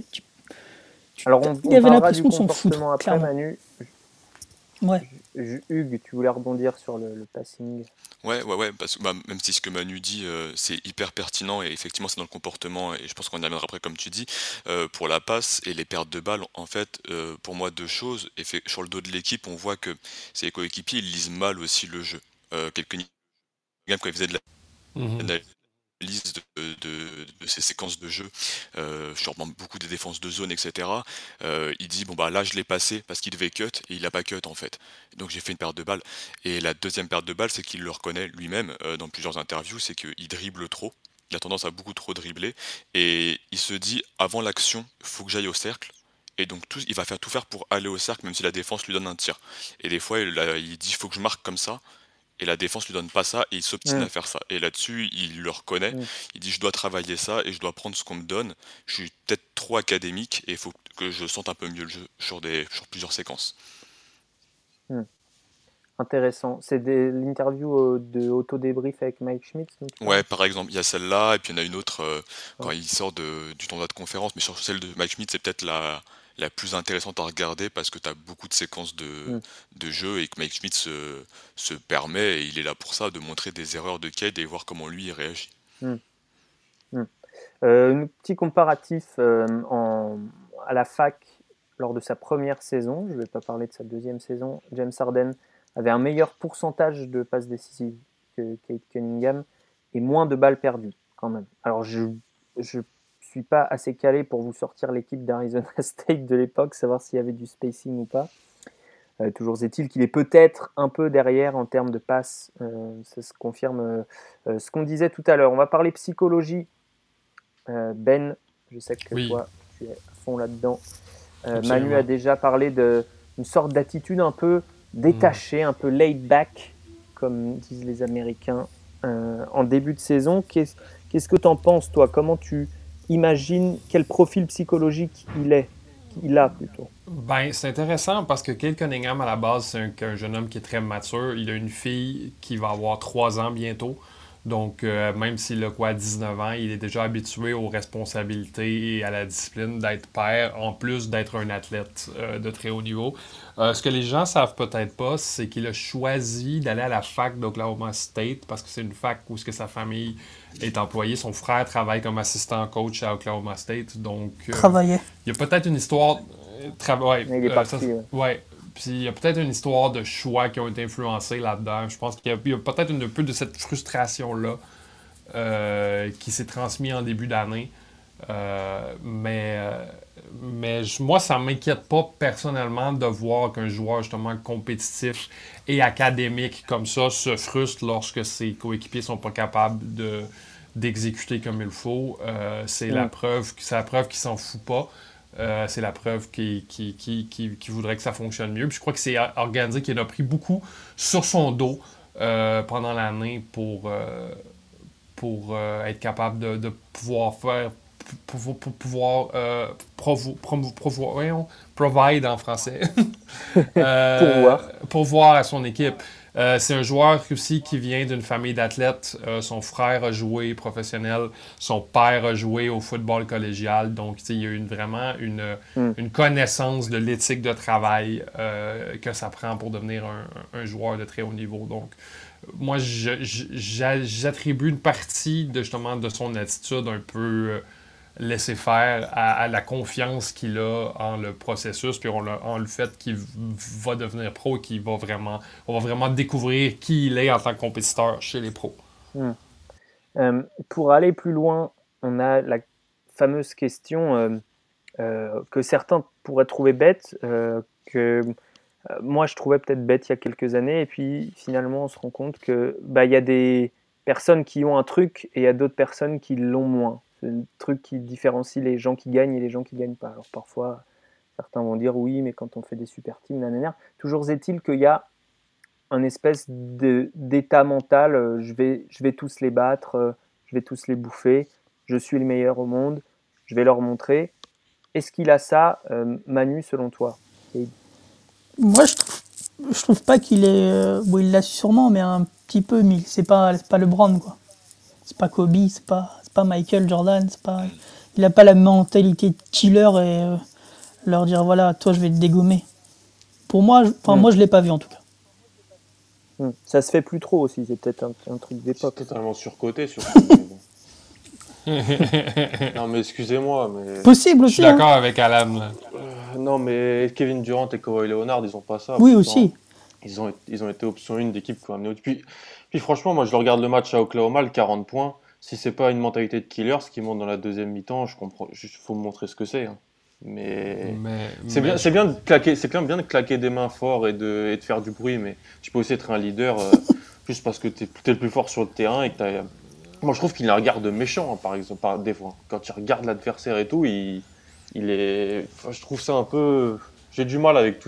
S2: Alors
S6: il avait l'impression de s'en foutre,
S2: après, clairement. Manu.
S6: Ouais.
S2: Hugues, tu voulais rebondir sur le passing?
S3: Ouais, parce que même si ce que Manu dit, c'est hyper pertinent et effectivement c'est dans le comportement et je pense qu'on y reviendra après comme tu dis, pour la passe et les pertes de balles, en fait, pour moi 2 choses, et sur le dos de l'équipe, on voit que ses coéquipiers ils lisent mal aussi le jeu. Quand il faisait de la liste de ces séquences de jeu sur beaucoup des défenses de zone, etc. Il dit bon bah là je l'ai passé parce qu'il devait cut et il a pas cut en fait, donc j'ai fait une perte de balle. Et la deuxième perte de balle, c'est qu'il le reconnaît lui-même dans plusieurs interviews, c'est qu'il dribble trop. il a tendance à beaucoup trop dribbler et il se dit avant l'action, il faut que j'aille au cercle. Et donc il va tout faire pour aller au cercle même si la défense lui donne un tir. Et des fois il dit il faut que je marque comme ça et la défense lui donne pas ça et il s'obstine
S2: Mm,
S3: à faire ça. Et là-dessus il le reconnaît,
S2: mm,
S3: il dit je dois travailler ça et je dois prendre ce qu'on me donne. Je suis peut-être trop académique et il faut que je sente un peu mieux le jeu sur plusieurs séquences.
S2: mm. Intéressant. C'est l'interview de Auto Débrief avec Mike Schmidt, dont tu
S3: Ouais,
S2: parles?
S3: par exemple, il y a celle-là, et puis il y en a une autre quand
S2: Ouais.
S3: il sort du tournoi de conférence, mais sur celle de Mike Schmidt, c'est peut-être la plus intéressante à regarder parce que tu as beaucoup de séquences
S2: Mm,
S3: de jeu et que Mike Schmidt se permet, et il est là pour ça, de montrer des erreurs de Cade et voir comment lui il réagit.
S2: mm, mm. Un petit comparatif à la fac lors de sa première saison, je ne vais pas parler de sa deuxième saison, James Harden avait un meilleur pourcentage de passes décisives que Kate Cunningham et moins de balles perdues quand même. Alors je suis pas assez calé pour vous sortir l'équipe d'Arizona State de l'époque, savoir s'il y avait du spacing ou pas. Toujours est-il qu'il est peut-être un peu derrière en termes de passes. Ça se confirme ce qu'on disait tout à l'heure. On va parler psychologie. Ben, je sais que
S4: Oui,
S2: toi, tu es à fond là-dedans. Manu a
S4: absolument.
S2: déjà parlé d'une sorte d'attitude un peu
S4: Mm.
S2: détachée, un peu laid back, comme disent les Américains, en début de saison. Qu'est-ce que tu en penses, toi? Comment tu imagines quel profil psychologique il a plutôt?
S4: Ben, c'est intéressant parce que Cade Cunningham, à la base, c'est un jeune homme qui est très mature. Il a une fille qui va avoir 3 ans bientôt. Donc, même s'il a quoi, 19 ans, il est déjà habitué aux responsabilités et à la discipline d'être père, en plus d'être un athlète de très haut niveau. Ce que les gens savent peut-être pas, c'est qu'il a choisi d'aller à la fac d'Oklahoma State parce que c'est une fac où ce que sa famille est employée. Son frère travaille comme assistant coach à Oklahoma State. Donc,
S6: Travailler.
S4: il y a peut-être une histoire. Ouais,
S2: Il est parti. Ouais.
S4: ouais. Puis il y a peut-être une histoire de choix qui ont été influencés là-dedans. Je pense qu'il y a peut-être un peu de cette frustration-là qui s'est transmise en début d'année. Mais moi, ça ne m'inquiète pas personnellement de voir qu'un joueur justement compétitif et académique comme ça se frustre lorsque ses coéquipiers sont pas capables d'exécuter comme il faut. C'est la
S2: Mm.
S4: preuve, c'est la preuve qu'il s'en fout pas. C'est la preuve qu'il voudrait que ça fonctionne mieux. Puis je crois que c'est organisé qu'il a pris beaucoup sur son dos pendant l'année pour être capable de pouvoir faire pour pouvoir provide en français
S2: Pour voir.
S4: pourvoir à son équipe. C'est un joueur aussi qui vient d'une famille d'athlètes. Son frère a joué professionnel, son père a joué au football collégial. Donc, il y a vraiment
S2: Mm.
S4: une connaissance de l'éthique de travail que ça prend pour devenir un joueur de très haut niveau. Donc, moi, j'attribue une partie justement de son attitude un peu laisser faire à la confiance qu'il a en le processus puis en le fait qu'il va devenir pro et on va vraiment découvrir qui il est en tant que compétiteur chez les pros.
S2: Mm. Pour aller plus loin, on a la fameuse question que certains pourraient trouver bête, que moi je trouvais peut-être bête il y a quelques années, et puis finalement on se rend compte que il y a des personnes qui ont un truc et il y a d'autres personnes qui l'ont moins. C'est le truc qui différencie les gens qui gagnent et les gens qui gagnent pas. Alors parfois certains vont dire oui, mais quand on fait des super teams, nanana. Toujours est-il qu'il y a un espèce d'état mental, je vais tous les battre, je vais tous les bouffer, je suis le meilleur au monde, je vais leur montrer. Est-ce qu'il a ça, Manu, selon toi? Et,
S6: Moi, je trouve pas qu'il est. Bon, il l'a sûrement, mais un petit peu, mais c'est pas LeBron, quoi. C'est pas Kobe, c'est pas Michael Jordan, c'est pas. Il a pas la mentalité de killer et leur dire voilà, toi, je vais te dégommer. Pour moi,
S2: hmm,
S6: moi, je l'ai pas vu en tout cas.
S2: ça se fait plus trop aussi, c'est peut-être un truc
S5: C'est
S2: d'époque, ça.
S5: totalement surcoté, surtout. Mais bon. Non, mais excusez-moi, mais.
S6: Possible
S4: Je suis
S6: aussi, hein.
S4: d'accord avec Alan. Là.
S5: Non, mais Kevin Durant et Kawhi Leonard, ils ont pas ça.
S6: Oui,
S5: Pourtant,
S6: aussi.
S5: ils ont été option 1 d'équipe qui ont amené au. Puis franchement, moi, je regarde le match à Oklahoma, le 40 points. Si c'est pas une mentalité de killer, ce qui monte dans la deuxième mi-temps, je comprends. Il faut me montrer ce que c'est. Hein. Mais.
S4: Mais
S5: C'est bien de claquer, c'est quand même bien de claquer des mains fort et de faire du bruit, mais tu peux aussi être un leader juste parce que t'es le plus fort sur le terrain et que Moi, je trouve qu'il a un regard de méchant, hein, par exemple, des fois. Quand il regarde l'adversaire et tout, il est. Enfin, je trouve ça un peu. J'ai du mal avec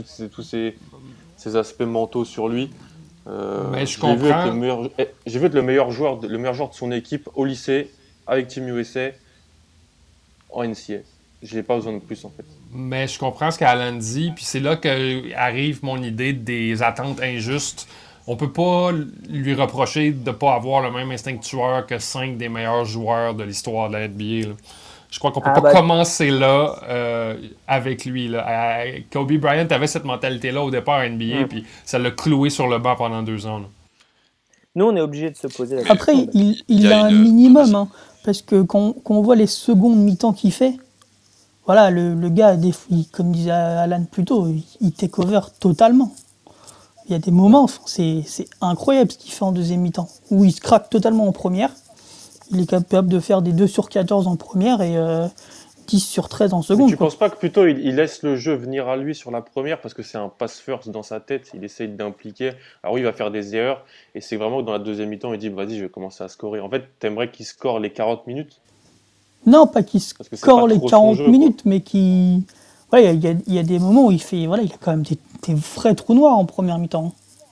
S5: ces aspects mentaux sur lui.
S4: Mais je
S5: Je l'ai vu être
S4: comprends.
S5: j'ai vu être le meilleur joueur de son équipe au lycée, avec Team USA, en NCA. J'ai pas besoin de plus, en fait.
S4: Mais je comprends ce qu'Alan dit, puis c'est là que arrive mon idée des attentes injustes. On peut pas lui reprocher de pas avoir le même instinct tueur que 5 des meilleurs joueurs de l'histoire de la NBA, là. Je crois qu'on peut
S2: Ah
S4: pas
S2: bah,
S4: commencer là avec lui. Là. Kobe Bryant avait cette mentalité-là au départ à NBA,
S2: hmm.
S4: puis ça l'a cloué sur le banc pendant 2 ans. Là.
S2: Nous, on est obligé de se poser la
S3: Mais
S2: question.
S6: Après,
S2: Ben.
S3: il y
S6: il
S3: a
S6: a un
S3: une.
S6: minimum,
S3: Vas-y.
S6: hein, parce que quand on voit les secondes mi-temps qu'il fait, voilà, le gars, comme disait Alan plus tôt, il take over totalement. Il y a des moments, enfin, c'est incroyable ce qu'il fait en deuxième mi-temps, où il se craque totalement en première. Il est capable de faire des 2 sur 14 en première et 10 sur 13 en
S5: Mais
S6: seconde,
S5: tu
S6: quoi.
S5: penses pas que plutôt il laisse le jeu venir à lui sur la première parce que c'est un pass first dans sa tête, il essaye d'impliquer. Alors oui, il va faire des erreurs et c'est vraiment que dans la deuxième mi-temps, il dit vas-y, je vais commencer à scorer. En fait, t'aimerais qu'il score les 40 minutes
S6: Non, pas qu'il
S5: parce que c'est pas
S6: score les
S5: trop son
S6: 40
S5: jeu, quoi.
S6: minutes, mais qu'il. Ouais, il y a des moments où il fait. Voilà, il a quand même des vrais trous noirs en première mi-temps.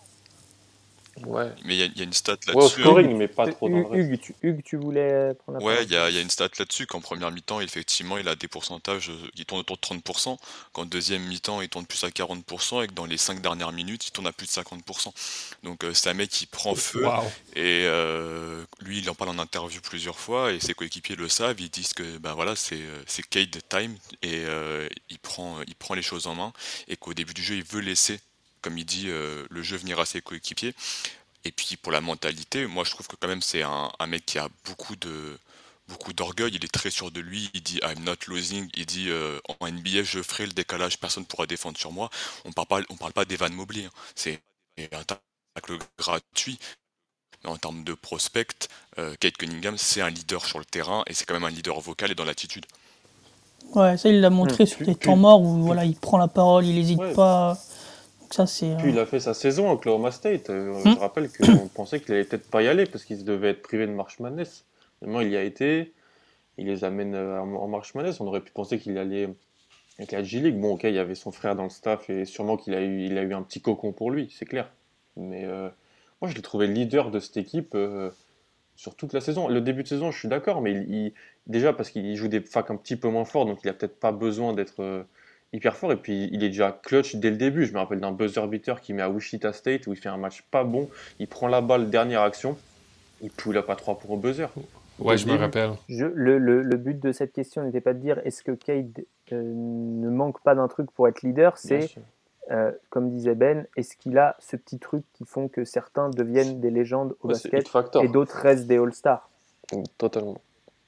S5: Ouais.
S3: Mais il y a une stat
S5: Ouais, au
S3: là-dessus, hein.
S5: scoring, mais pas trop dans le reste.
S2: Hugues, tu voulais prendre la
S3: Ouais,
S2: parole.
S3: il y a une stat là-dessus qu'en première mi-temps, effectivement, il a des pourcentages qui tournent autour de 30%, qu'en deuxième mi-temps, il tourne plus à 40%, et que dans les 5 dernières minutes, il tourne à plus de 50%. Donc c'est un mec qui prend feu,
S4: Wow.
S3: et lui, il en parle en interview plusieurs fois, et ses coéquipiers le savent, ils disent que ben voilà, c'est Cade time, et il prend les choses en main, et qu'au début du jeu, il veut laisser, comme il dit, le jeu venir à ses coéquipiers. Et puis pour la mentalité, moi je trouve que quand même c'est un mec qui a beaucoup d'orgueil, il est très sûr de lui, il dit I'm not losing, il dit en NBA je ferai le décalage, personne pourra défendre sur moi. On parle pas d'Evan Mobley, hein. C'est un tacle gratuit, mais en termes de prospect, Kate Cunningham c'est un leader sur le terrain et c'est quand même un leader vocal et dans l'attitude.
S6: Ouais, ça, il l'a
S2: Hmm.
S6: montré sur
S5: Puis,
S6: des temps
S5: puis,
S6: morts où
S5: puis,
S6: voilà, il prend la parole, il n'hésite
S5: ouais,
S6: pas. Donc ça, c'est.
S5: puis il a fait sa saison à Oklahoma State.
S6: Hmm.
S5: Je rappelle qu'on pensait qu'il allait peut-être pas y aller parce qu'il devait être privé de March Madness. Finalement, il y a été. Il les amène en March Madness. On aurait pu penser qu'il allait avec la G-League. Bon, ok, il y avait son frère dans le staff et sûrement qu'il a eu un petit cocon pour lui, c'est clair. Mais moi, je l'ai trouvé leader de cette équipe sur toute la saison. Le début de saison, je suis d'accord, mais déjà parce qu'il joue des facs un petit peu moins forts, donc il a peut-être pas besoin d'être hyper fort. Et puis, il est déjà clutch dès le début. Je me rappelle d'un buzzer beater qu'il met à Wichita State où il fait un match pas bon. Il prend la balle, dernière action. Il pull up à 3 points au buzzer dès
S4: Ouais,
S5: le
S4: je me
S5: début.
S4: rappelle.
S2: Le but de cette question n'était pas de dire est-ce que Cade ne manque pas d'un truc pour être leader,
S5: Bien
S2: c'est,
S5: sûr.
S2: comme disait Ben, est-ce qu'il a ce petit truc qui font que certains deviennent des légendes au
S5: Ouais, c'est Hit
S2: basket et
S5: Factor.
S2: d'autres restent des All-Stars.
S5: Totalement.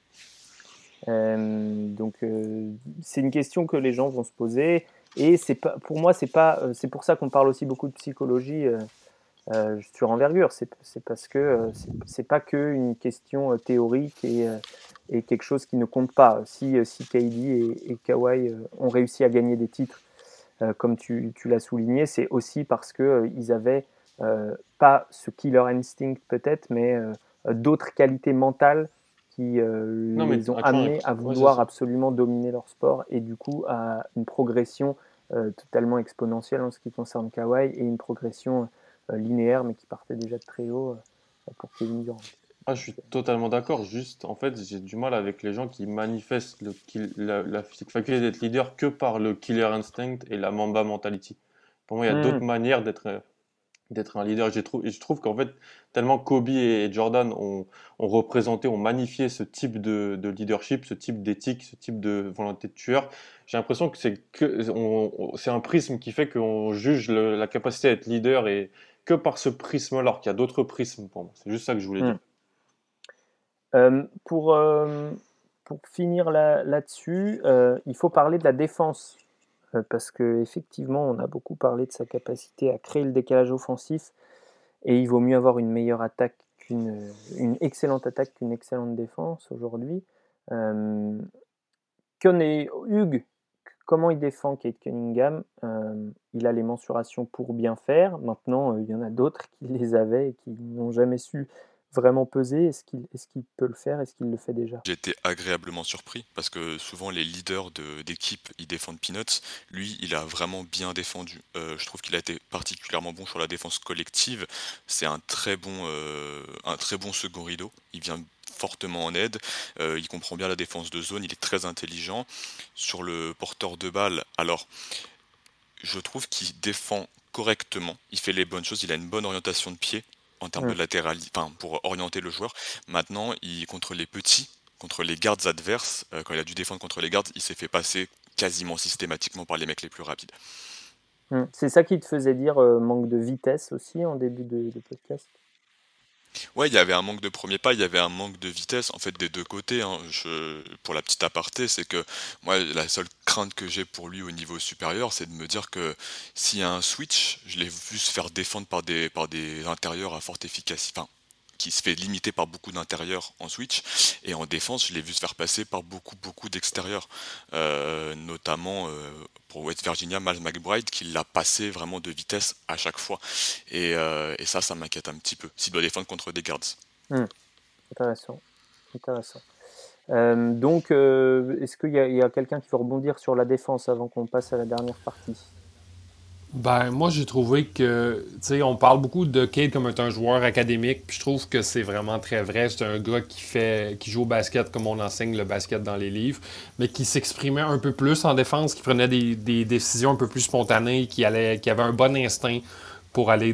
S2: Donc c'est une question que les gens vont se poser et c'est pas, pour moi c'est pour ça qu'on parle aussi beaucoup de psychologie sur envergure. C'est parce que c'est pas que une question théorique et quelque chose qui ne compte pas. Si KD et Kawhi ont réussi à gagner des titres, comme tu l'as souligné, c'est aussi parce que ils avaient pas ce killer instinct peut-être, mais d'autres qualités mentales qui
S5: Non, mais
S2: les ont
S5: tu vois,
S2: amenés à
S5: ouais, c'est
S2: vouloir
S5: ça.
S2: absolument dominer leur sport et du coup à une progression totalement exponentielle en ce qui concerne Kawhi et une progression linéaire mais qui partait déjà de très haut pour Kevin Durant.
S5: Ah, je suis totalement d'accord. Juste, en fait, j'ai du mal avec les gens qui manifestent la faculté d'être leader que par le killer instinct et la Mamba mentality. Pour moi, il y a d'autres manières d'être un leader. Et je trouve qu'en fait, tellement Kobe et Jordan ont représenté, ont magnifié ce type de leadership, ce type d'éthique, ce type de volonté de tueur. J'ai l'impression que c'est un prisme qui fait qu'on juge la capacité à être leader et que par ce prisme-là, alors qu'il y a d'autres prismes pour moi. C'est juste ça que je voulais dire.
S2: Euh, pour, euh, pour finir là-dessus, il faut parler de la défense. Parce qu'effectivement, on a beaucoup parlé de sa capacité à créer le décalage offensif, et il vaut mieux avoir une meilleure attaque une excellente attaque qu'une excellente défense aujourd'hui. Euh, Hugues, comment il défend Kate Cunningham? Il a les mensurations pour bien faire. Maintenant, il y en a d'autres qui les avaient et qui n'ont jamais su vraiment peser? Est-ce qu'il peut le faire? Est-ce qu'il le fait déjà?
S3: J'ai été agréablement surpris parce que souvent les leaders d'équipe ils défendent Peanuts. Lui, il a vraiment bien défendu. Je trouve qu'il a été particulièrement bon sur la défense collective. C'est un très bon second rideau. Il vient fortement en aide. Il comprend bien la défense de zone. Il est très intelligent. Sur le porteur de balle, alors je trouve qu'il défend correctement. Il fait les bonnes choses. Il a une bonne orientation de pied en termes de
S2: Mmh.
S3: latéral, enfin pour orienter le joueur. Maintenant, contre les petits, contre les gardes adverses, quand il a dû défendre contre les gardes, il s'est fait passer quasiment systématiquement par les mecs les plus rapides.
S2: C'est ça qui te faisait dire, manque de vitesse aussi en début de podcast?
S3: Ouais, il y avait un manque de premier pas, il y avait un manque de vitesse, en fait, des deux côtés, hein. Pour la petite aparté, c'est que moi, la seule crainte que j'ai pour lui au niveau supérieur, c'est de me dire que s'il y a un switch, je l'ai vu se faire défendre par des intérieurs à forte efficacité, enfin, qui se fait limiter par beaucoup d'intérieurs en switch, et en défense, je l'ai vu se faire passer par beaucoup d'extérieurs. Notamment pour West Virginia, Miles McBride, qui l'a passé vraiment de vitesse à chaque fois. Et ça m'inquiète un petit peu, s'il doit défendre contre des guards.
S2: Intéressant, intéressant. Donc, est-ce qu'il y a quelqu'un qui veut rebondir sur la défense avant qu'on passe à la dernière partie?
S4: Ben, moi, j'ai trouvé que, tu sais, on parle beaucoup de Cade comme un joueur académique, puis je trouve que c'est vraiment très vrai. C'est un gars qui joue au basket comme on enseigne le basket dans les livres, mais qui s'exprimait un peu plus en défense, qui prenait des décisions un peu plus spontanées, qui avait un bon instinct pour aller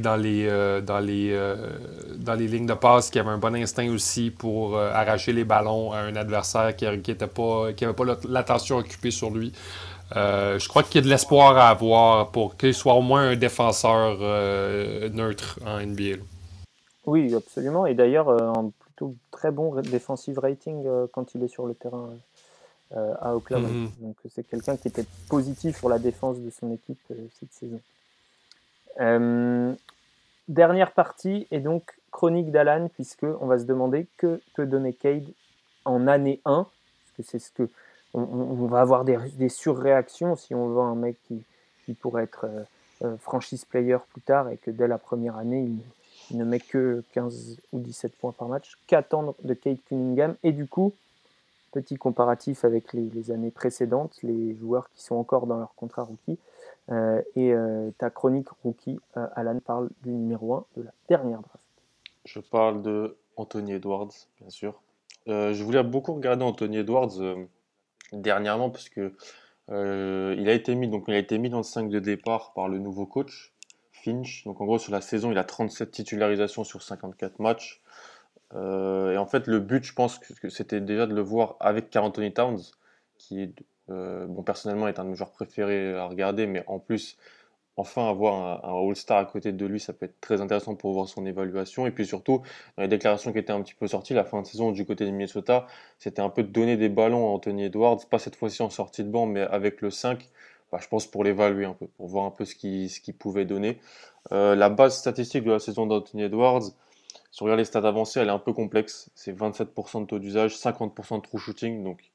S4: dans les lignes de passe, qui avait un bon instinct aussi pour arracher les ballons à un adversaire qui avait pas l'attention occupée sur lui. Je crois qu'il y a de l'espoir à avoir pour qu'il soit au moins un défenseur neutre en NBA.
S2: Oui, absolument. Et d'ailleurs, un plutôt très bon defensive rating quand il est sur le terrain à Oklahoma.
S4: Mhm.
S2: Donc, c'est quelqu'un qui était positif pour la défense de son équipe cette saison. Euh, Dernière partie, et donc chronique d'Alan, puisqu'on va se demander que peut donner Cade en année 1, parce que c'est ce que. On va avoir des surréactions si on voit un mec qui pourrait être franchise player plus tard et que dès la première année, il ne met que 15 ou 17 points par match. Qu'attendre de Cade Cunningham? Et du coup, petit comparatif avec les années précédentes, les joueurs qui sont encore dans leur contrat rookie. Et ta chronique rookie, Alan, parle du numéro 1 de la dernière draft.
S5: Je parle de Anthony Edwards, bien sûr. Je voulais beaucoup regarder Anthony Edwards dernièrement parce que il a été mis dans le 5 de départ par le nouveau coach, Finch. Donc en gros, sur la saison, il a 37 titularisations sur 54 matchs. Et en fait, le but, je pense que c'était déjà de le voir avec Karl Anthony Towns, qui, bon, personnellement, est un de mes joueurs préférés à regarder, mais en plus, enfin avoir un All-Star à côté de lui, ça peut être très intéressant pour voir son évaluation. Et puis surtout, dans les déclarations qui étaient un petit peu sorties, la fin de saison du côté de Minnesota, c'était un peu de donner des ballons à Anthony Edwards, pas cette fois-ci en sortie de banc, mais avec le 5, bah, je pense pour l'évaluer un peu, pour voir un peu ce qu'il pouvait donner. La base statistique de la saison d'Anthony Edwards, si on regarde les stats avancées, elle est un peu complexe. C'est 27% de taux d'usage, 50% de true shooting, donc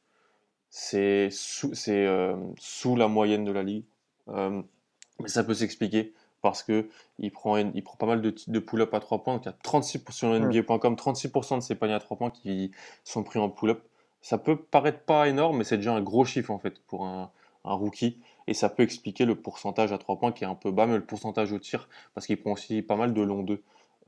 S5: sous la moyenne de la ligue. Euh, mais ça peut s'expliquer parce que il prend pas mal de pull-up à 3 points. Donc il y a 36% sur NBA.com, 36% de ses paniers à 3 points qui sont pris en pull-up. Ça peut paraître pas énorme, mais c'est déjà un gros chiffre en fait pour un rookie. Et ça peut expliquer le pourcentage à 3 points qui est un peu bas, mais le pourcentage au tir, parce qu'il prend aussi pas mal de long 2.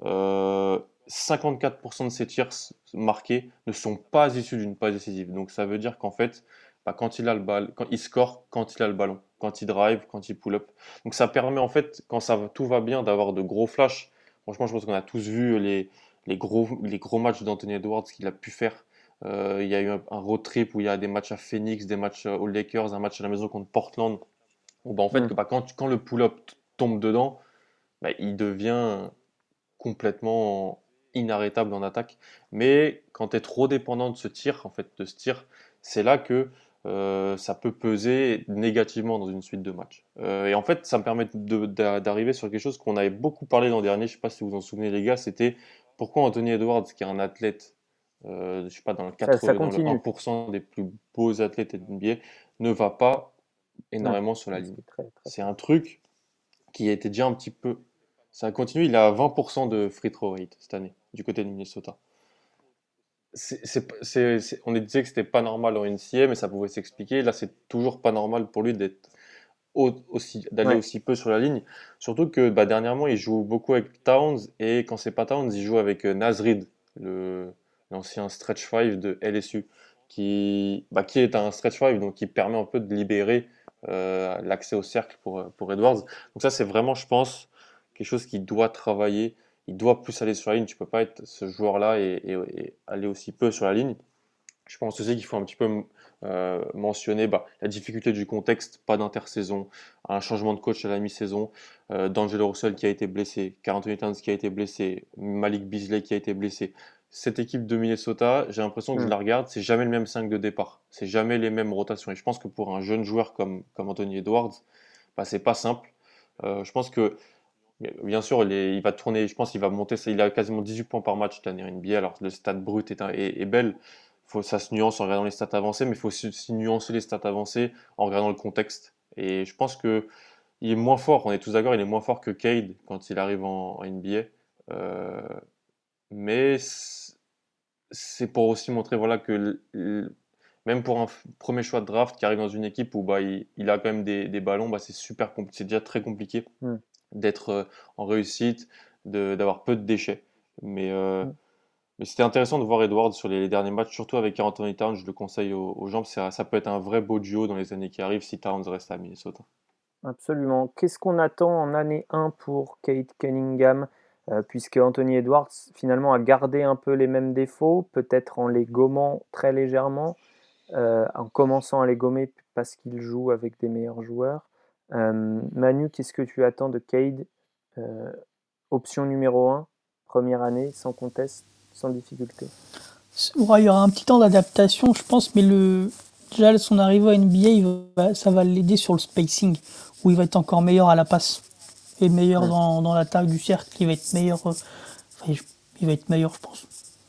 S5: 54% de ses tirs marqués ne sont pas issus d'une passe décisive. Donc ça veut dire qu'en fait, bah, quand il a le ballon, quand il score, quand il a le ballon, quand il drive, quand il pull up. Donc ça permet en fait, quand tout va bien, d'avoir de gros flashs. Franchement, je pense qu'on a tous vu les gros matchs d'Anthony Edwards qu'il a pu faire. Il y a eu un road trip où il y a des matchs à Phoenix, des matchs aux Lakers, un match à la maison contre Portland. Où, bah, en fait, quand le pull-up tombe dedans, bah, il devient complètement inarrêtable en attaque. Mais quand tu es trop dépendant de ce tir, en fait, c'est là que ça peut peser négativement dans une suite de matchs. Et en fait, ça me permet d'arriver sur quelque chose qu'on avait beaucoup parlé l'an dernier, je ne sais pas si vous vous en souvenez les gars, c'était pourquoi Anthony Edwards, qui est un athlète, je sais pas, dans le 1% des plus beaux athlètes de NBA, ne va pas énormément sur la ligne. C'est un truc qui était déjà un petit peu Ça continue, il est à 20% de free throw rate cette année, du côté de Minnesota. On disait que c'était pas normal en NCAA, mais ça pouvait s'expliquer. Là, c'est toujours pas normal pour lui d'aller
S2: Ouais.
S5: aussi peu sur la ligne. Surtout que dernièrement, il joue beaucoup avec Towns, et quand c'est pas Towns, il joue avec Naz Reid, l'ancien stretch 5 de LSU, qui est un stretch 5, donc qui permet un peu de libérer l'accès au cercle pour Edwards. Donc ça, c'est vraiment, je pense, quelque chose qui doit travailler. Il doit plus aller sur la ligne. Tu peux pas être ce joueur-là et aller aussi peu sur la ligne. Je pense aussi qu'il faut un petit peu mentionner la difficulté du contexte, pas d'intersaison, un changement de coach à la mi-saison, D'Angelo Russell qui a été blessé, Karl Anthony Towns qui a été blessé, Malik Beasley qui a été blessé. Cette équipe de Minnesota, j'ai l'impression que je la regarde, c'est jamais le même 5 de départ, c'est jamais les mêmes rotations. Et je pense que pour un jeune joueur comme Anthony Edwards, c'est pas simple. Je pense que bien sûr, il va tourner, je pense qu'il va monter, il a quasiment 18 points par match cette année en NBA, alors le stat brut est belle. Ça se nuance en regardant les stats avancées, mais il faut aussi nuancer les stats avancées en regardant le contexte. Et je pense que il est moins fort, on est tous d'accord, il est moins fort que Cade quand il arrive en NBA. Euh, mais c'est pour aussi montrer voilà, que même pour un premier choix de draft qui arrive dans une équipe où il a quand même des ballons, c'est super compliqué, c'est déjà très compliqué d'être en réussite, d'avoir peu de déchets. Mais c'était intéressant de voir Edwards sur les derniers matchs, surtout avec Karl Anthony Towns. Je le conseille aux gens. Ça peut être un vrai beau duo dans les années qui arrivent si Towns reste à Minnesota.
S2: Absolument. Qu'est-ce qu'on attend en année 1 pour Cade Cunningham, puisque Anthony Edwards finalement a gardé un peu les mêmes défauts, peut-être en les gommant très légèrement, en commençant à les gommer parce qu'il joue avec des meilleurs joueurs. Manu, qu'est-ce que tu attends de Cade? Option numéro 1, première année, sans conteste, sans difficulté.
S6: Ouais, il y aura un petit temps d'adaptation, je pense, mais déjà son arrivée à NBA, ça va l'aider sur le spacing, où il va être encore meilleur à la passe et meilleur dans l'attaque du cercle. Il va être meilleur, il va être meilleur, je pense.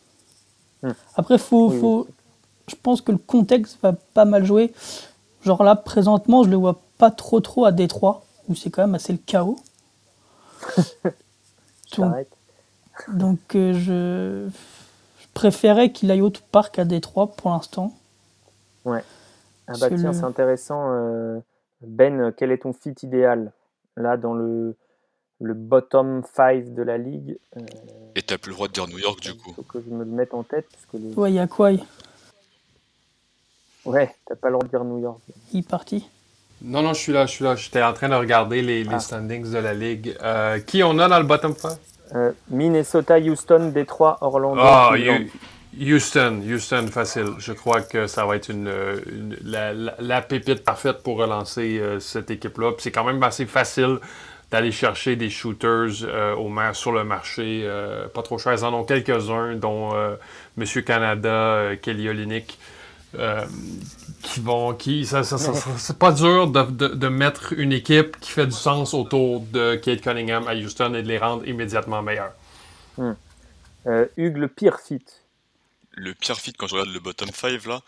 S6: Après, je pense que le contexte va pas mal jouer. Genre là, présentement, je le vois pas trop à Détroit, où c'est quand même assez le chaos. Donc, je préférais qu'il aille autre part qu'à Détroit pour l'instant.
S2: Ouais. Ah bah tiens, c'est intéressant. Ben, quel est ton fit idéal là dans le bottom 5 de la ligue?
S3: Et t'as plus le droit de dire New York du coup.
S2: Il faut que je me le mette en tête.
S6: Ouais, il y a quoi?
S2: Ouais, t'as pas le droit de dire New York.
S6: Il est parti.
S4: Non, je suis là. J'étais en train de regarder les standings de la ligue. Qui on a dans le bottom 5?
S2: Minnesota, Houston, Détroit, Orlando.
S4: Houston, facile. Je crois que ça va être la pépite parfaite pour relancer cette équipe-là. Puis c'est quand même assez facile d'aller chercher des shooters sur le marché. Pas trop chers. Ils en ont quelques-uns, dont Monsieur Canada, Kelly Olynyk. C'est pas dur de mettre une équipe qui fait du sens autour de Cade Cunningham à Houston et de les rendre immédiatement meilleurs.
S2: Hugues, le pire fit?
S3: Le pire fit quand je regarde le bottom 5 là,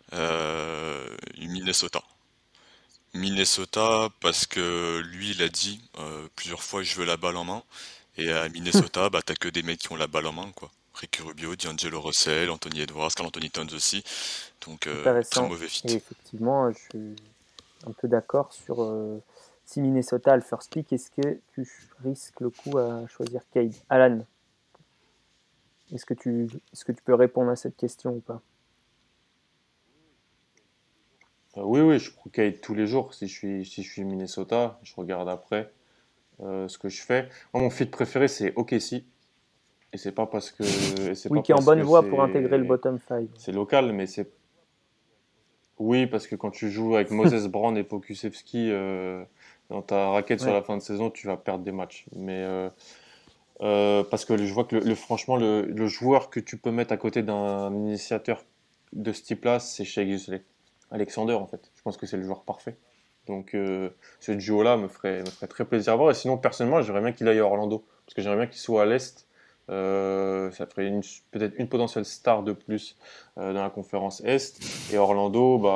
S3: Minnesota parce que lui il a dit plusieurs fois je veux la balle en main, et à Minnesota t'as que des mecs qui ont la balle en main quoi. Ricky Rubio, D'Angelo Russell, Anthony Edwards, Karl Anthony Towns aussi. Donc très mauvais fit.
S2: Et effectivement, je suis un peu d'accord sur si Minnesota a le first pick, est-ce que tu risques le coup à choisir Cade? Alan, est-ce que tu peux répondre à cette question ou pas?
S5: Oui, je prends Cade tous les jours. Si je suis Minnesota, je regarde après ce que je fais. Moi, mon fit préféré, c'est OKC. Et c'est pas parce que.
S2: Qui est en bonne voie pour intégrer le bottom 5.
S5: C'est local, mais c'est. Oui, parce que quand tu joues avec Moses Brown et Pokusevski dans ta raquette sur la fin de saison, tu vas perdre des matchs. Mais parce que je vois que franchement, le joueur que tu peux mettre à côté d'un initiateur de ce type-là, c'est Shai Alexander, en fait. Je pense que c'est le joueur parfait. Donc ce duo-là me ferait très plaisir à voir. Et sinon, personnellement, j'aimerais bien qu'il aille à Orlando. Parce que j'aimerais bien qu'il soit à l'Est. Ça ferait peut-être une potentielle star de plus dans la conférence Est. Et Orlando,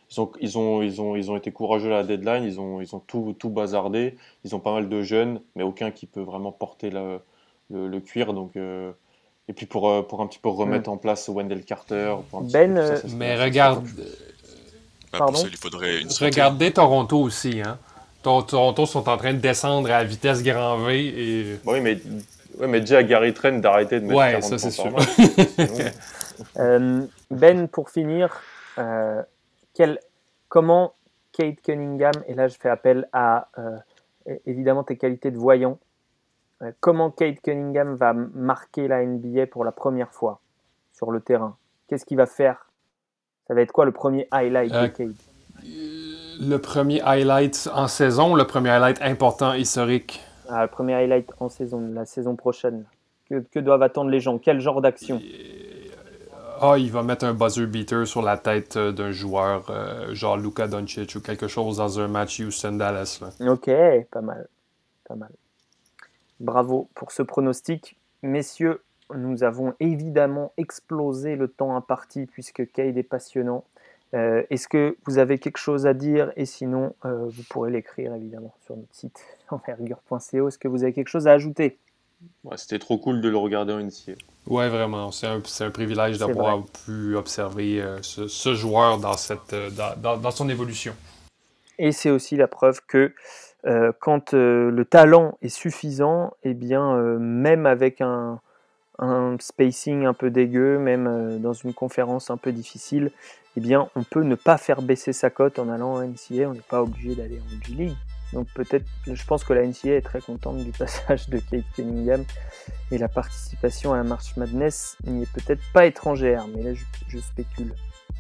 S5: ils ont été courageux à la deadline, ils ont tout bazardé, ils ont pas mal de jeunes, mais aucun qui peut vraiment porter le cuir. Donc, et puis pour un petit peu remettre en place Wendell Carter, pour un petit
S2: Ben,
S5: peu tout ça,
S4: Mais
S5: serait
S4: regarde,
S5: top.
S3: Bah,
S2: Pardon?
S3: pour ça, il faudrait une santé.
S4: regardez Toronto aussi. Hein. Toronto sont en train de descendre à vitesse grand V. Et...
S5: Bah oui, mais dis à Gary Trent d'arrêter de mettre
S4: Ouais,
S5: 40
S4: ça c'est
S5: points par
S4: sûr.
S5: match. Sinon,
S2: Ben, pour finir, euh, comment Kate Cunningham, et là je fais appel à évidemment tes qualités de voyant, comment Kate Cunningham va marquer la NBA pour la première fois sur le terrain? Qu'est-ce qu'il va faire? Ça va être quoi le premier highlight de Kate?
S4: Le premier highlight en saison, le premier highlight important, historique.
S2: Le premier highlight en saison, la saison prochaine. Que doivent attendre les gens? Quel genre d'action?
S4: Il va mettre un buzzer beater sur la tête d'un joueur, genre Luka Doncic ou quelque chose dans un match Houston-Dallas.
S2: Ok, pas mal, pas mal. Bravo pour ce pronostic. Messieurs, nous avons évidemment explosé le temps imparti puisque Cade est passionnant. Est-ce que vous avez quelque chose à dire? Et sinon, vous pourrez l'écrire évidemment sur notre site envergure.co. Est-ce que vous avez quelque chose à ajouter?
S5: ouais, c'était trop cool de le regarder en NCAA.
S4: Ouais, vraiment. C'est un privilège
S2: C'est
S4: d'avoir
S2: vrai.
S4: pu observer ce joueur dans son évolution.
S2: Et c'est aussi la preuve que quand le talent est suffisant, eh bien, même avec un spacing un peu dégueu, même dans une conférence un peu difficile, eh bien, on peut ne pas faire baisser sa cote en allant en NCAA. On n'est pas obligé d'aller en G-League. Donc peut-être, je pense que la NCAA est très contente du passage de Cade Cunningham et la participation à la March Madness n'y est peut-être pas étrangère, mais là je spécule.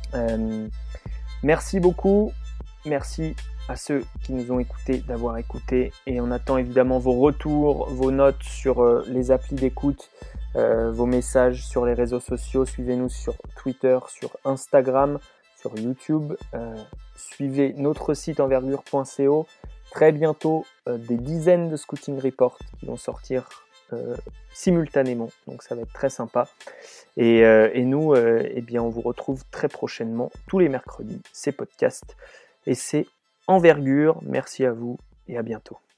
S2: Merci beaucoup, merci à ceux qui nous ont écoutés d'avoir écouté, et on attend évidemment vos retours, vos notes sur les applis d'écoute, vos messages sur les réseaux sociaux. Suivez-nous sur Twitter, sur Instagram, sur YouTube. Suivez notre site envergure.co. Très bientôt, des dizaines de scouting reports qui vont sortir simultanément. Donc ça va être très sympa. Et nous, eh bien, on vous retrouve très prochainement, tous les mercredis. C'est podcast et c'est Envergure. Merci à vous et à bientôt.